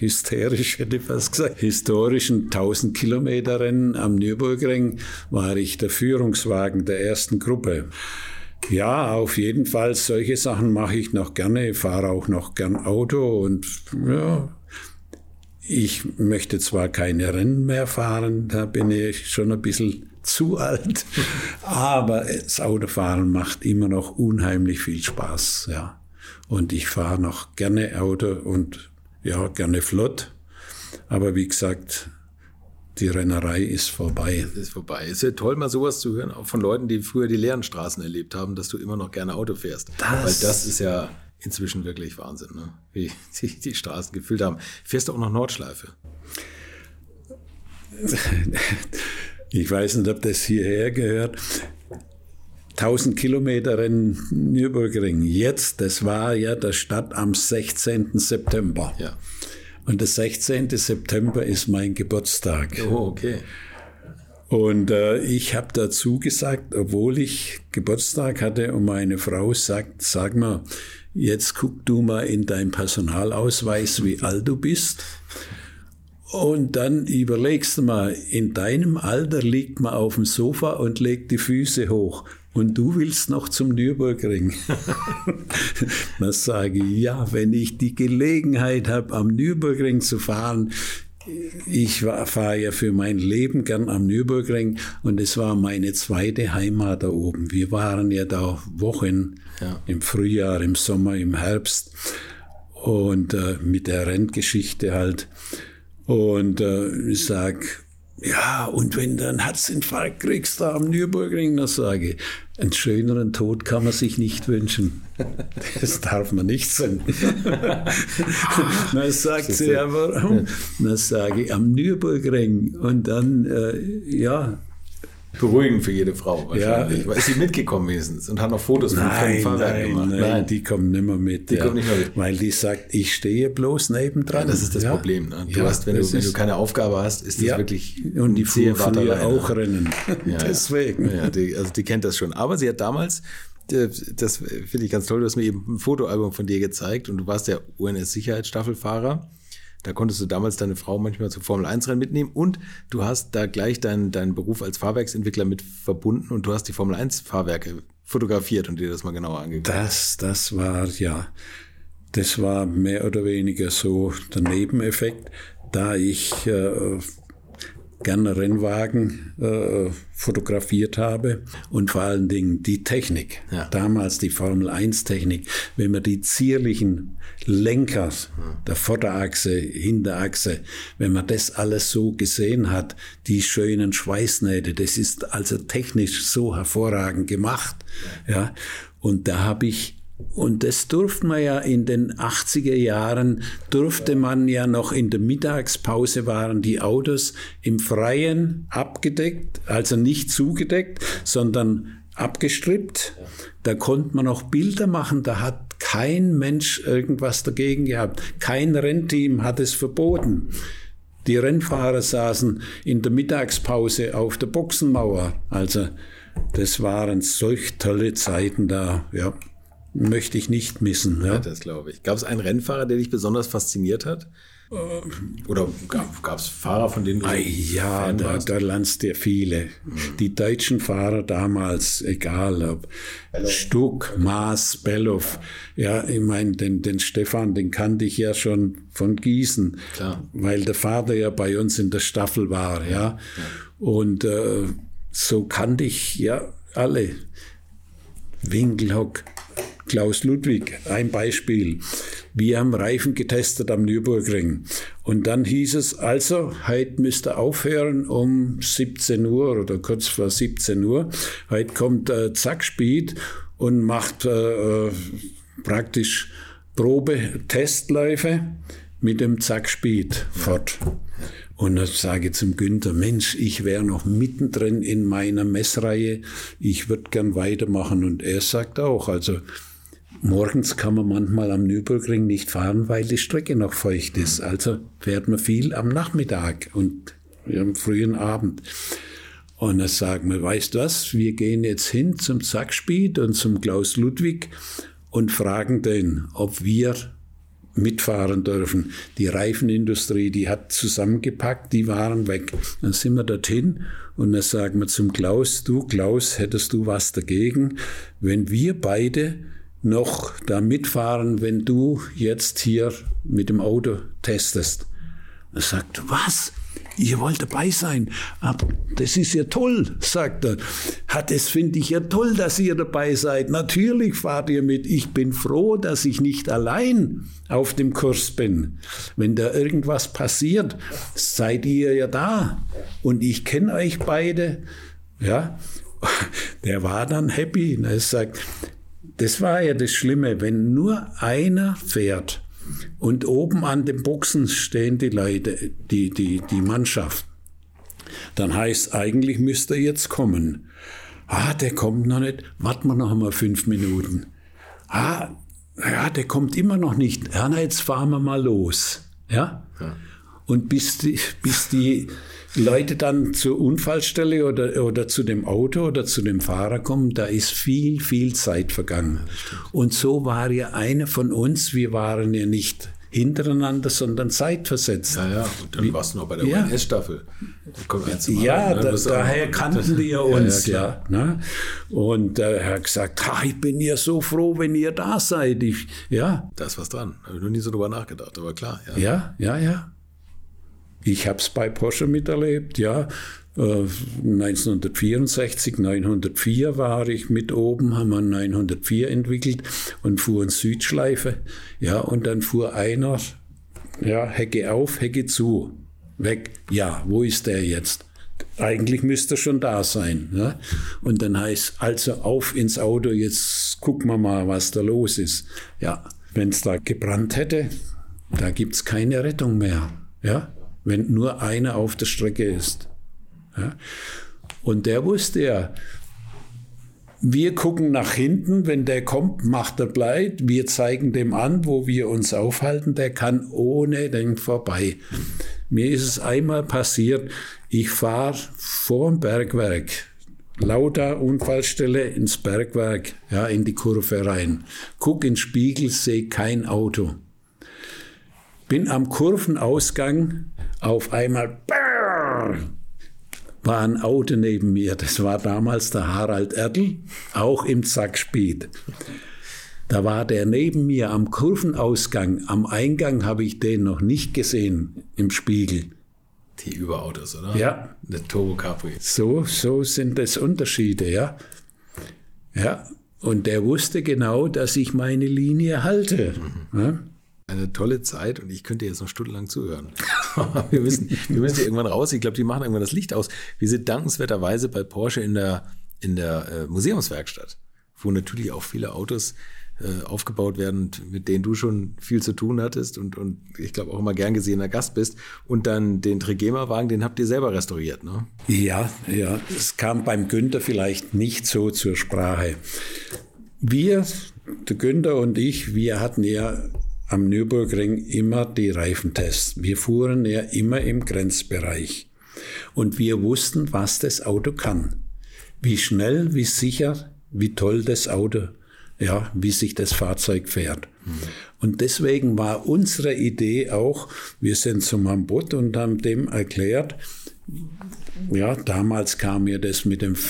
1000 Kilometer Rennen am Nürburgring war ich der Führungswagen der ersten Gruppe. Ja, auf jeden Fall, solche Sachen mache ich noch gerne, fahre auch noch gern Auto und ja, ich möchte zwar keine Rennen mehr fahren, da bin ich schon ein bisschen zu alt, aber das Autofahren macht immer noch unheimlich viel Spaß, ja. Und ich fahre noch gerne Auto und ja, gerne flott, aber wie gesagt, die Rennerei ist vorbei. Ist vorbei. Ist ja toll, mal sowas zu hören, auch von Leuten, die früher die leeren Straßen erlebt haben, dass du immer noch gerne Auto fährst. Weil das ist ja inzwischen wirklich Wahnsinn, ne? Wie sich die Straßen gefüllt haben. Fährst du auch noch Nordschleife? Ich weiß nicht, ob das hierher gehört. 1000 Kilometer Rennen Nürburgring. Jetzt, das war ja der Start am 16. September. Ja. Und der 16. September ist mein Geburtstag. Oh, okay. Und ich habe dazu gesagt, obwohl ich Geburtstag hatte und meine Frau sagt, sag mal, jetzt guck du mal in deinen Personalausweis, wie alt du bist. Und dann überlegst du mal, in deinem Alter liegt man auf dem Sofa und legt die Füße hoch. Und du willst noch zum Nürburgring. Dann sage ich, ja, wenn ich die Gelegenheit habe, am Nürburgring zu fahren, ich fahre ja für mein Leben gern am Nürburgring und es war meine zweite Heimat da oben. Wir waren ja da Wochen, im Frühjahr, im Sommer, im Herbst und mit der Renngeschichte halt. Und ich sage, ja, und wenn du einen Herzinfarkt kriegst da am Nürburgring, dann sage ich, einen schöneren Tod kann man sich nicht wünschen. Das darf man nicht sagen. Dann sagt sie, ja, warum? Dann sage ich, am Nürburgring. Und dann, ja. Beruhigend für jede Frau wahrscheinlich. Ja. Ist sie mitgekommen wenigstens und hat noch Fotos von dem Fahrwerk gemacht? Nein, die kommen nicht mehr mit. Die kommen nicht mehr mit. Weil die sagt, ich stehe bloß nebendran. Ja, das ist das Problem. Ne? Du hast, wenn du keine Aufgabe hast, ist das wirklich und die fuhr von ihr auch Rennen. Ja, deswegen. Ja, die kennt das schon. Aber sie hat damals, das finde ich ganz toll, du hast mir eben ein Fotoalbum von dir gezeigt und du warst der UNS-Sicherheitsstaffelfahrer. Da konntest du damals deine Frau manchmal zur Formel-1-Rennen mitnehmen und du hast da gleich deinen Beruf als Fahrwerksentwickler mit verbunden und du hast die Formel-1-Fahrwerke fotografiert und dir das mal genauer angeguckt. Das war mehr oder weniger so der Nebeneffekt, da ich gerne Rennwagen fotografiert habe und vor allen Dingen die Technik. Ja. Damals die Formel-1-Technik, wenn man die zierlichen Lenker der Vorderachse, Hinterachse, wenn man das alles so gesehen hat, die schönen Schweißnähte, das ist also technisch so hervorragend gemacht. Ja. Und da habe ich und das durfte man ja in den 80er Jahren, durfte man ja noch in der Mittagspause waren die Autos im Freien abgedeckt, also nicht zugedeckt, sondern abgestrippt. Da konnte man noch Bilder machen, da hat kein Mensch irgendwas dagegen gehabt. Kein Rennteam hat es verboten. Die Rennfahrer saßen in der Mittagspause auf der Boxenmauer. Also das waren solch tolle Zeiten da, ja. Möchte ich nicht missen. Ja, das glaube ich. Gab es einen Rennfahrer, der dich besonders fasziniert hat? Oder gab es Fahrer, von denen du Fan warst? Da lernst du viele. Die deutschen Fahrer damals, egal ob Stuck, Maas, Bellow. Ja, ich meine, den Stefan, den kannte ich ja schon von Gießen. Klar. Weil der Vater ja bei uns in der Staffel war. Ja. Und so kannte ich ja alle. Winkelhock, Klaus Ludwig, ein Beispiel. Wir haben Reifen getestet am Nürburgring. Und dann hieß es, also, heute müsst ihr aufhören um 17 Uhr oder kurz vor 17 Uhr. Heute kommt Zack Speed und macht praktisch Probe-Testläufe mit dem Zack Speed fort. Und dann sage ich zum Günther, Mensch, ich wäre noch mittendrin in meiner Messreihe, ich würde gern weitermachen. Und er sagt auch, also morgens kann man manchmal am Nürburgring nicht fahren, weil die Strecke noch feucht ist. Also fährt man viel am Nachmittag und am frühen Abend. Und dann sagen wir, weißt du was, wir gehen jetzt hin zum Zack Speed und zum Klaus Ludwig und fragen den, ob wir mitfahren dürfen. Die Reifenindustrie, die hat zusammengepackt, die waren weg. Dann sind wir dorthin und dann sagen wir zum Klaus, du Klaus, hättest du was dagegen, wenn wir beide noch da mitfahren, wenn du jetzt hier mit dem Auto testest? Er sagt, was? Ihr wollt dabei sein? Aber das ist ja toll, sagt er. Das finde ich ja toll, dass ihr dabei seid. Natürlich fahrt ihr mit. Ich bin froh, dass ich nicht allein auf dem Kurs bin. Wenn da irgendwas passiert, seid ihr ja da. Und ich kenne euch beide. Ja, der war dann happy. Er sagt, das war ja das Schlimme, wenn nur einer fährt. Und oben an den Boxen stehen die Leute, die Mannschaft. Dann heißt eigentlich müsste er jetzt kommen. Der kommt noch nicht. Warten wir noch mal 5 Minuten. Der kommt immer noch nicht. Jetzt fahren wir mal los. Ja? Und bis die Leute dann zur Unfallstelle oder zu dem Auto oder zu dem Fahrer kommen, da ist viel, viel Zeit vergangen. Und so war ja einer von uns, wir waren ja nicht hintereinander, sondern zeitversetzt. Ja, und dann warst du noch bei der ONS-Staffel. Daher kannten die ja uns. Ne? Und er hat gesagt, ich bin ja so froh, wenn ihr da seid. Da ist was dran. Habe ich noch nie so drüber nachgedacht, aber klar. Ja. Ich habe es bei Porsche miterlebt, 1964, 904 war ich mit oben, haben wir 904 entwickelt und fuhren Südschleife. Ja, und dann fuhr einer, Hecke auf, Hecke zu, weg. Ja, wo ist der jetzt? Eigentlich müsste er schon da sein. Ne? Und dann heißt, also auf ins Auto, jetzt gucken wir mal, was da los ist. Ja, wenn es da gebrannt hätte, da gibt es keine Rettung mehr. Ja? Wenn nur einer auf der Strecke ist. Ja? Und der wusste ja, wir gucken nach hinten, wenn der kommt, macht er bleibt, wir zeigen dem an, wo wir uns aufhalten, der kann ohne den vorbei. Mir ist es einmal passiert, ich fahre vor dem Bergwerk, lauter Unfallstelle ins Bergwerk, in die Kurve rein, guck in den Spiegel, sehe kein Auto. Bin am Kurvenausgang, auf einmal war ein Auto neben mir. Das war damals der Harald Erdl, auch im Zack Speed. Da war der neben mir am Kurvenausgang. Am Eingang habe ich den noch nicht gesehen im Spiegel. Die Überautos, oder? Ja. Der Turbo Capri. So sind das Unterschiede, ja. Ja, und der wusste genau, dass ich meine Linie halte. Ja? Eine tolle Zeit und ich könnte jetzt noch stundenlang zuhören. wir müssen hier irgendwann raus. Ich glaube, die machen irgendwann das Licht aus. Wir sind dankenswerterweise bei Porsche in der Museumswerkstatt, wo natürlich auch viele Autos aufgebaut werden, mit denen du schon viel zu tun hattest und ich glaube auch immer gern gesehener Gast bist. Und dann den Trigema-Wagen, den habt ihr selber restauriert, ne? Ja. Es kam beim Günther vielleicht nicht so zur Sprache. Wir, der Günther und ich, wir hatten ja am Nürburgring immer die Reifentests. Wir fuhren ja immer im Grenzbereich. Und wir wussten, was das Auto kann. Wie schnell, wie sicher, wie toll das Auto, wie sich das Fahrzeug fährt. Und deswegen war unsere Idee auch, wir sind zum Mambot und haben dem erklärt, damals kam ja das mit dem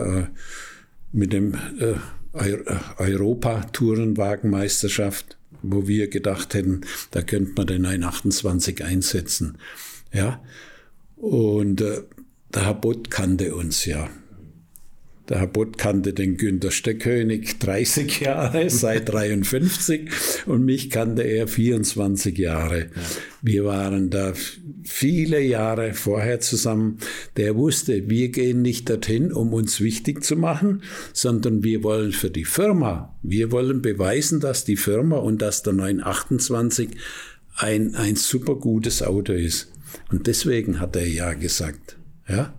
Europa-Tourenwagenmeisterschaft, wo wir gedacht hätten, da könnte man den 128 einsetzen. Ja? Und der Herr Bott kannte uns ja. Der Herr Bott kannte den Günther Steckönig 30 Jahre, seit 53, und mich kannte er 24 Jahre. Ja. Wir waren da viele Jahre vorher zusammen, der wusste, wir gehen nicht dorthin, um uns wichtig zu machen, sondern wir wollen für die Firma, wir wollen beweisen, dass die Firma und dass der 928 ein super gutes Auto ist. Und deswegen hat er ja gesagt, ja.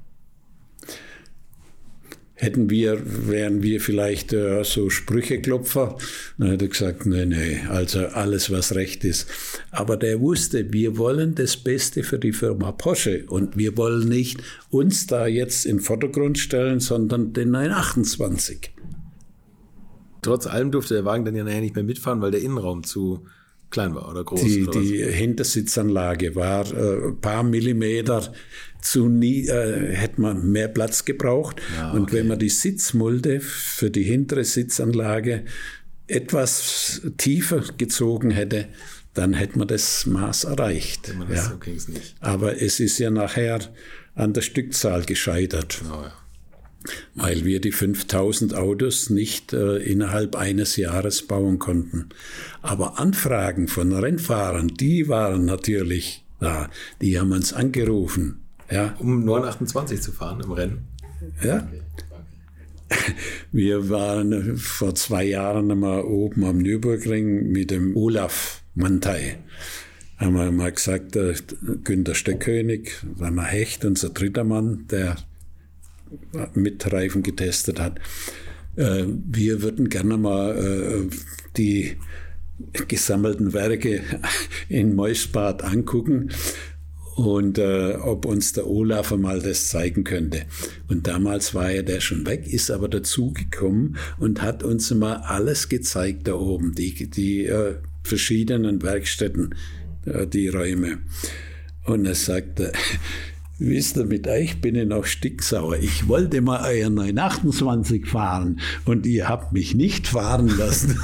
Wären wir vielleicht so Sprücheklopfer, dann hätte er gesagt, nee, also alles, was recht ist. Aber der wusste, wir wollen das Beste für die Firma Porsche und wir wollen nicht uns da jetzt in den Vordergrund stellen, sondern den 928. Trotz allem durfte der Wagen dann ja nachher nicht mehr mitfahren, weil der Innenraum zu klein war oder groß. Die Hintersitzanlage war ein paar Millimeter hätte man mehr Platz gebraucht. Ja, okay. Und wenn man die Sitzmulde für die hintere Sitzanlage etwas tiefer gezogen hätte, dann hätte man das Maß erreicht. So ging's nicht. Aber es ist ja nachher an der Stückzahl gescheitert. Genau, ja. Weil wir die 5000 Autos nicht innerhalb eines Jahres bauen konnten. Aber Anfragen von Rennfahrern, die waren natürlich da. Die haben uns angerufen. Ja. Um 928 zu fahren im Rennen? Ja. Okay. Wir waren vor 2 Jahren einmal oben am Nürburgring mit dem Olaf Mantei. Haben wir mal gesagt, Günter Stöckkönig, Werner Hecht, unser dritter Mann, der mit Reifen getestet hat. Wir würden gerne mal die gesammelten Werke in Moisbad angucken und ob uns der Olaf einmal das zeigen könnte. Und damals war ja der schon weg, ist aber dazugekommen und hat uns mal alles gezeigt da oben, die verschiedenen Werkstätten, die Räume. Und er sagte, wisst ihr, mit euch bin ich noch stinksauer. Ich wollte mal euer 928 fahren und ihr habt mich nicht fahren lassen.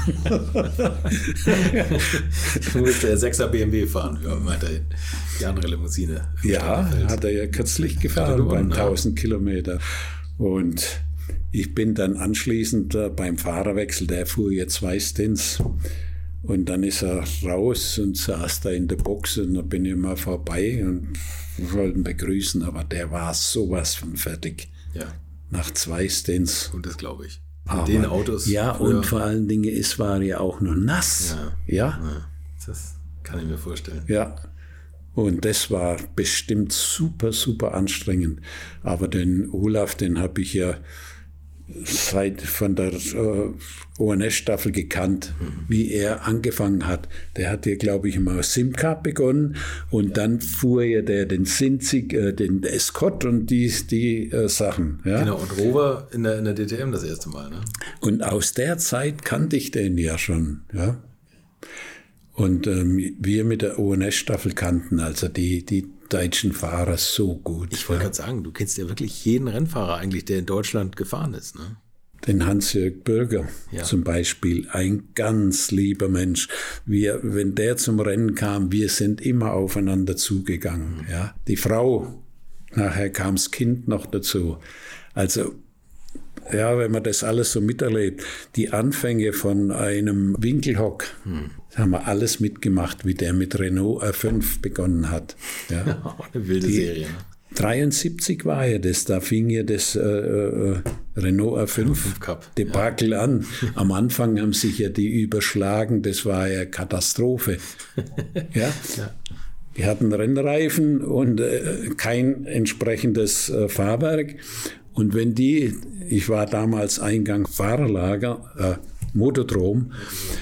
Du musst der 6er BMW fahren, weiterhin. Die andere Limousine. Ja, hat er ja kürzlich gefahren beim 1000 Kilometer. Und ich bin dann anschließend beim Fahrerwechsel, der fuhr ja 2 Stints. Und dann ist er raus und saß da in der Box und da bin ich mal vorbei und wollten begrüßen, aber der war sowas von fertig. Ja. Nach 2 Stints. Und das glaube ich. Mit den Autos. Ja, früher. Und vor allen Dingen, es war ja auch noch nass. Ja. Das kann ich mir vorstellen. Ja. Und das war bestimmt super, super anstrengend. Aber den Olaf, den habe ich ja von der ONS-Staffel gekannt, wie er angefangen hat. Der hat ja, glaube ich, mal Simca begonnen und dann fuhr ja der den Sinzig, den Escort und die Sachen. Ja? Genau, und Rover in der DTM das erste Mal. Ne? Und aus der Zeit kannte ich den ja schon. Ja? Und wir mit der ONS-Staffel kannten also die deutschen Fahrer so gut. Ich wollte gerade sagen, du kennst ja wirklich jeden Rennfahrer eigentlich, der in Deutschland gefahren ist, ne? Den Hans-Jörg Bürger zum Beispiel, ein ganz lieber Mensch. Wenn der zum Rennen kam, wir sind immer aufeinander zugegangen. Ja? Die Frau, nachher kam das Kind noch dazu. Also ja, wenn man das alles so miterlebt, die Anfänge von einem Winkelhock, haben wir alles mitgemacht, wie der mit Renault R5 begonnen hat. Ja. Eine wilde Serie. Ne? 73 war ja das, da fing ja das Renault R5 Debakel an. Am Anfang haben sich ja die überschlagen, das war ja Katastrophe. Ja? Die hatten Rennreifen und kein entsprechendes Fahrwerk. Und wenn ich war damals Eingang Fahrerlager, Motodrom,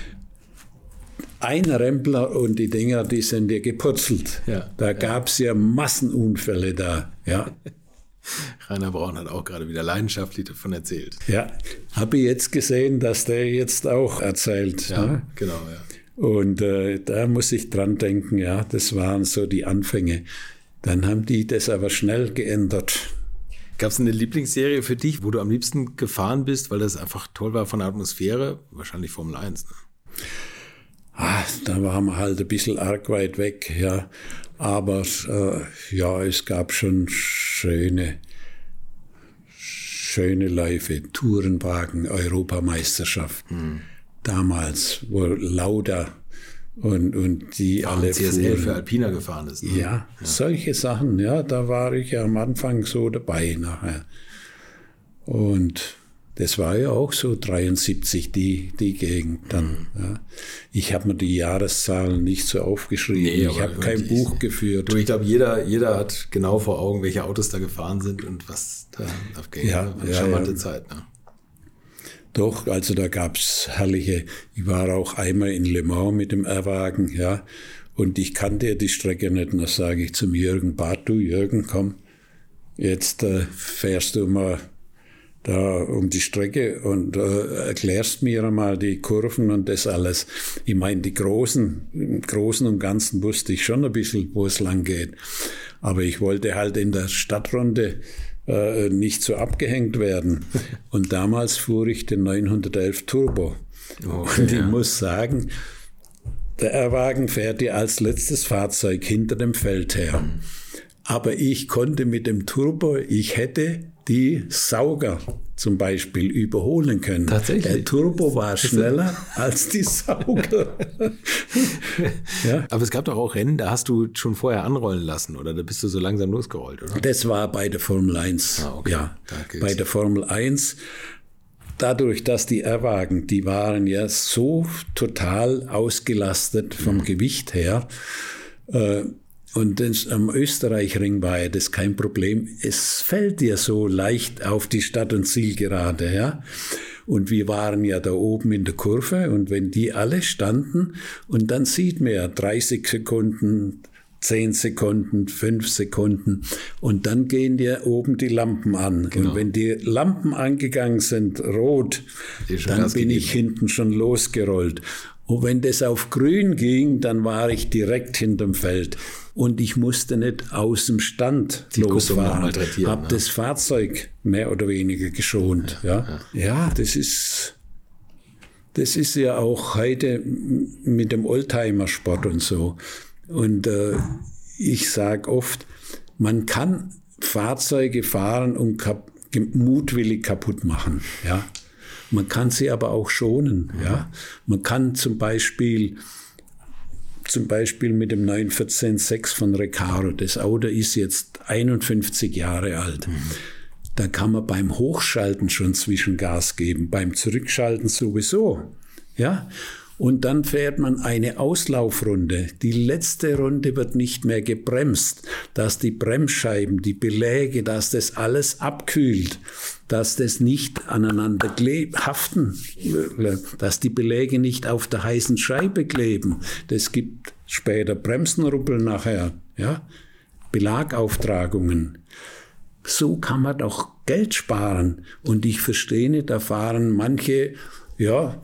ein Rempler und die Dinger, die sind ja geputzelt. Ja, da gab es ja Massenunfälle da. Ja. Rainer Braun hat auch gerade wieder leidenschaftlich davon erzählt. Ja, habe ich jetzt gesehen, dass der jetzt auch erzählt. Ja, ne? Genau, ja. Und da muss ich dran denken, ja, das waren so die Anfänge. Dann haben die das aber schnell geändert. Gab es eine Lieblingsserie für dich, wo du am liebsten gefahren bist, weil das einfach toll war von der Atmosphäre? Wahrscheinlich Formel 1, ne? Da waren wir halt ein bisschen arg weit weg, ja. Aber ja, es gab schon schöne Läufe, Tourenwagen, Europameisterschaft. Damals, wo Lauda und die alle CSL fuhren. für Alpina gefahren ist. Ne? Ja, solche Sachen, ja, da war ich am Anfang so dabei nachher. Und das war ja auch so 73, die Gegend dann. Ja. Ich habe mir die Jahreszahlen nicht so aufgeschrieben. Nee, ich habe kein Buch geführt. Ich glaube, jeder hat genau vor Augen, welche Autos da gefahren sind und was da abging. Ja, eine charmante Zeit. Ne? Doch, also da gab's herrliche, ich war auch einmal in Le Mans mit dem R-Wagen, ja, und ich kannte ja die Strecke nicht, und da sage ich zum Jürgen Barth, du Jürgen, komm, jetzt fährst du mal da um die Strecke und erklärst mir mal die Kurven und das alles. Ich meine, im Großen und Ganzen wusste ich schon ein bisschen, wo es lang geht, aber ich wollte halt in der Stadtrunde nicht so abgehängt werden. Und damals fuhr ich den 911 Turbo. Okay, und ich muss sagen, der R-Wagen fährt ja als letztes Fahrzeug hinter dem Feld her. Aber ich konnte mit dem Turbo, ich hätte die Sauger zum Beispiel überholen können. Tatsächlich? Der Turbo war schneller als die Sauger. Ja. Aber es gab doch auch Rennen, da hast du schon vorher anrollen lassen, oder da bist du so langsam losgerollt, oder? Das war bei der Formel 1. Ah, okay. Ja, bei der Formel 1. Dadurch, dass die R-Wagen, die waren ja so total ausgelastet vom Gewicht her, und am Österreichring war ja das kein Problem. Es fällt dir so leicht auf die Stadt- und Zielgerade, ja. Und wir waren ja da oben in der Kurve und wenn die alle standen und dann sieht man ja 30 Sekunden, 10 Sekunden, 5 Sekunden und dann gehen dir oben die Lampen an. Genau. Und wenn die Lampen angegangen sind, rot, dann bin ich hinten schon losgerollt. Und wenn das auf grün ging, dann war ich direkt hinterm Feld. Und ich musste nicht aus dem Stand losfahren. Habe das Fahrzeug mehr oder weniger geschont. Ja, das ist ja auch heute mit dem Oldtimer-Sport und so. Und ich sage oft, man kann Fahrzeuge fahren und mutwillig kaputt machen. Ja. Man kann sie aber auch schonen. Ja. Man kann zum Beispiel mit dem 914-6 von Recaro, das Auto ist jetzt 51 Jahre alt. Da kann man beim Hochschalten schon Zwischengas geben, beim Zurückschalten sowieso. Ja? Und dann fährt man eine Auslaufrunde. Die letzte Runde wird nicht mehr gebremst, dass die Bremsscheiben, die Beläge, dass das alles abkühlt, dass das nicht aneinander haften, dass die Beläge nicht auf der heißen Scheibe kleben. Das gibt später Bremsenruppel nachher, ja? Belagauftragungen. So kann man doch Geld sparen. Und ich verstehe nicht, da fahren manche, ja,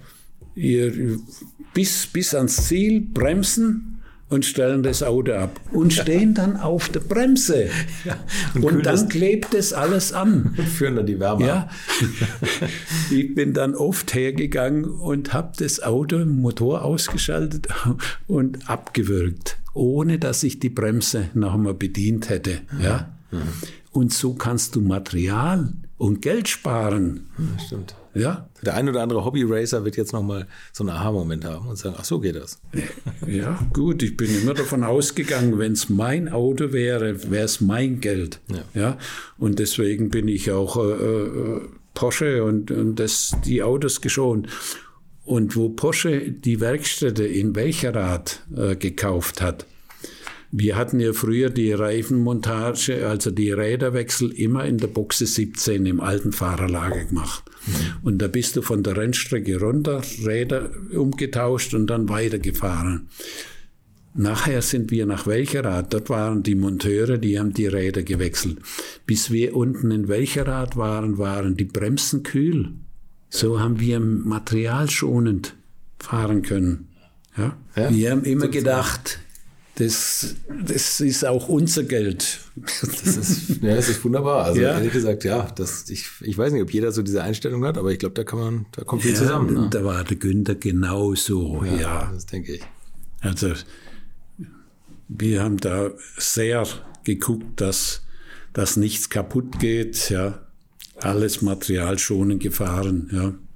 bis ans Ziel bremsen und stellen das Auto ab und stehen dann auf der Bremse. Ja, und dann klebt das alles an. Und führen dann die Wärme ab. Ich bin dann oft hergegangen und habe das Auto, Motor ausgeschaltet und abgewürgt, ohne dass ich die Bremse noch einmal bedient hätte. Ja? Und so kannst du Material und Geld sparen. Stimmt. Ja. Der ein oder andere Hobby-Racer wird jetzt nochmal so einen Aha-Moment haben und sagen, ach so geht das. Ja, gut, ich bin immer davon ausgegangen, wenn es mein Auto wäre, wäre es mein Geld. Ja. Und deswegen bin ich auch Porsche und die Autos geschont. Und wo Porsche die Werkstätte in Welcherath gekauft hat, wir hatten ja früher die Reifenmontage, also die Räderwechsel, immer in der Boxe 17 im alten Fahrerlager gemacht. Und da bist du von der Rennstrecke runter, Räder umgetauscht und dann weitergefahren. Nachher sind wir nach Welcherath, dort waren die Monteure, die haben die Räder gewechselt. Bis wir unten in Welcherath waren die Bremsen kühl. So haben wir materialschonend fahren können. Ja? Wir haben immer gedacht, das ist auch unser Geld. Das ist wunderbar. Also ehrlich gesagt, ich weiß nicht, ob jeder so diese Einstellung hat, aber ich glaube, da kommt viel zusammen. Ne? Da war der Günther genauso, ja. Das denke ich. Also wir haben da sehr geguckt, dass nichts kaputt geht, ja. Alles materialschonend gefahren, ja.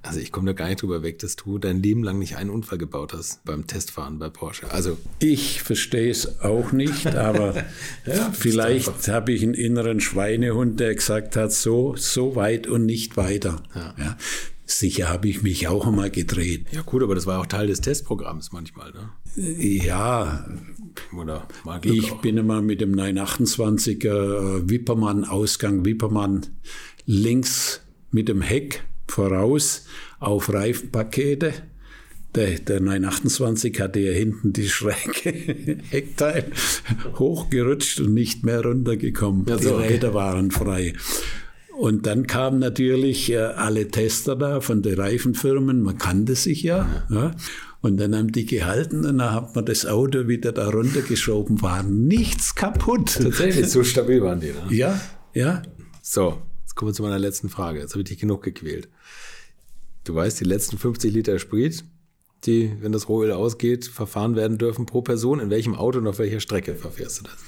Also ich komme da gar nicht drüber weg, dass du dein Leben lang nicht einen Unfall gebaut hast beim Testfahren bei Porsche. Also ich verstehe es auch nicht, aber ja, vielleicht habe ich einen inneren Schweinehund, der gesagt hat, so weit und nicht weiter. Ja. Ja. Sicher habe ich mich auch einmal gedreht. Ja gut, aber das war auch Teil des Testprogramms manchmal, ne? Ja, oder mal Glück ich auch. bin immer mit dem 928er Wippermann-Ausgang, Wippermann links mit dem Heck voraus auf Reifenpakete. Der 928 hatte ja hinten die schräge Heckteil hochgerutscht und nicht mehr runtergekommen. Ja, die so, okay. Räder waren frei. Und dann kamen natürlich alle Tester da von den Reifenfirmen, man kannte sich ja. Und dann haben die gehalten und dann hat man das Auto wieder da runtergeschoben, war nichts kaputt. Tatsächlich, so stabil waren die, ne? Ja, ja. So, jetzt kommen wir zu meiner letzten Frage. Jetzt habe ich dich genug gequält. Du weißt, die letzten 50 Liter Sprit, die, wenn das Rohöl ausgeht, verfahren werden dürfen pro Person. In welchem Auto und auf welcher Strecke verfährst du das?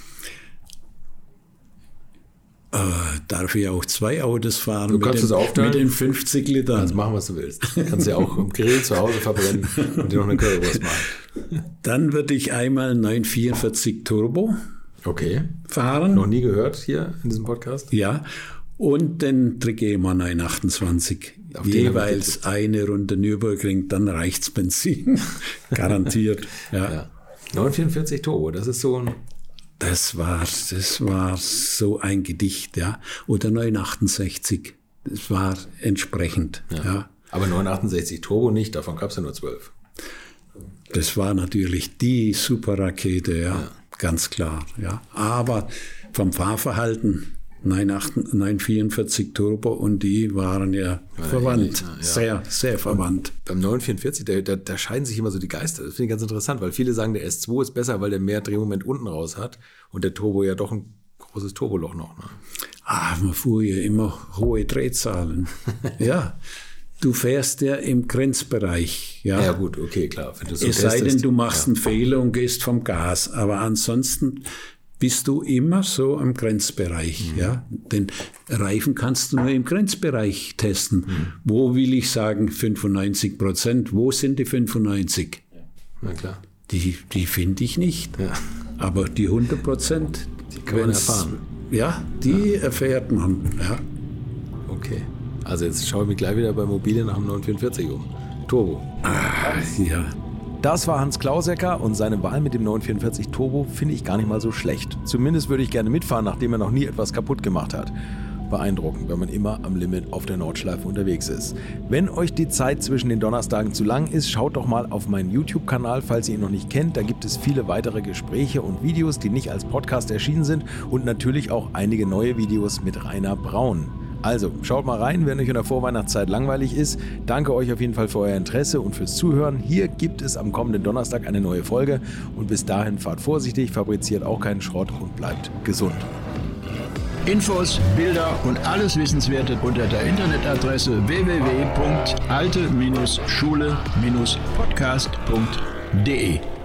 Darf ich auch 2 Autos fahren? Du kannst es aufteilen. Mit den 50 Litern. Also machen, was du willst. Du kannst ja auch im Grill zu Hause verbrennen und dir noch eine Currywurst machen. Dann würde ich einmal 944 Turbo fahren. Noch nie gehört hier in diesem Podcast? Ja. Und den Trigema 928. Jeweils eine Runde Nürburgring, dann reicht's Benzin. Garantiert. Ja. 944 Turbo, das ist so ein... Das war so ein Gedicht, ja. Oder 968. Das war entsprechend, ja. Aber 968 Turbo nicht, davon gab es ja nur 12. Das war natürlich die Superrakete, ja. Ganz klar, ja. Aber vom Fahrverhalten 944 Turbo und die waren ja verwandt. Sehr, sehr verwandt. Und beim 944, da scheiden sich immer so die Geister. Das finde ich ganz interessant, weil viele sagen, der S2 ist besser, weil der mehr Drehmoment unten raus hat und der Turbo ja doch ein großes Turboloch noch. Ne? Man fuhr ja immer hohe Drehzahlen. Ja. Du fährst ja im Grenzbereich. Ja, gut, okay, klar. Wenn du so es sei denn, du machst einen Fehler und gehst vom Gas. Aber ansonsten bist du immer so am Grenzbereich. Ja? Den Reifen kannst du nur im Grenzbereich testen. Wo will ich sagen 95%? Wo sind die 95? Na klar. Die finde ich nicht. Ja. Aber die 100%, die kann man erfahren. Ja, die erfährt man. Ja. Okay. Also jetzt schaue ich mich gleich wieder bei Mobile nach dem 944 um. Turbo. Ja. Das war Hans Klausecker und seine Wahl mit dem 944 Turbo finde ich gar nicht mal so schlecht. Zumindest würde ich gerne mitfahren, nachdem er noch nie etwas kaputt gemacht hat. Beeindruckend, wenn man immer am Limit auf der Nordschleife unterwegs ist. Wenn euch die Zeit zwischen den Donnerstagen zu lang ist, schaut doch mal auf meinen YouTube-Kanal, falls ihr ihn noch nicht kennt. Da gibt es viele weitere Gespräche und Videos, die nicht als Podcast erschienen sind und natürlich auch einige neue Videos mit Rainer Braun. Also, schaut mal rein, wenn euch in der Vorweihnachtszeit langweilig ist. Danke euch auf jeden Fall für euer Interesse und fürs Zuhören. Hier gibt es am kommenden Donnerstag eine neue Folge. Und bis dahin fahrt vorsichtig, fabriziert auch keinen Schrott und bleibt gesund. Infos, Bilder und alles Wissenswerte unter der Internetadresse www.alte-schule-podcast.de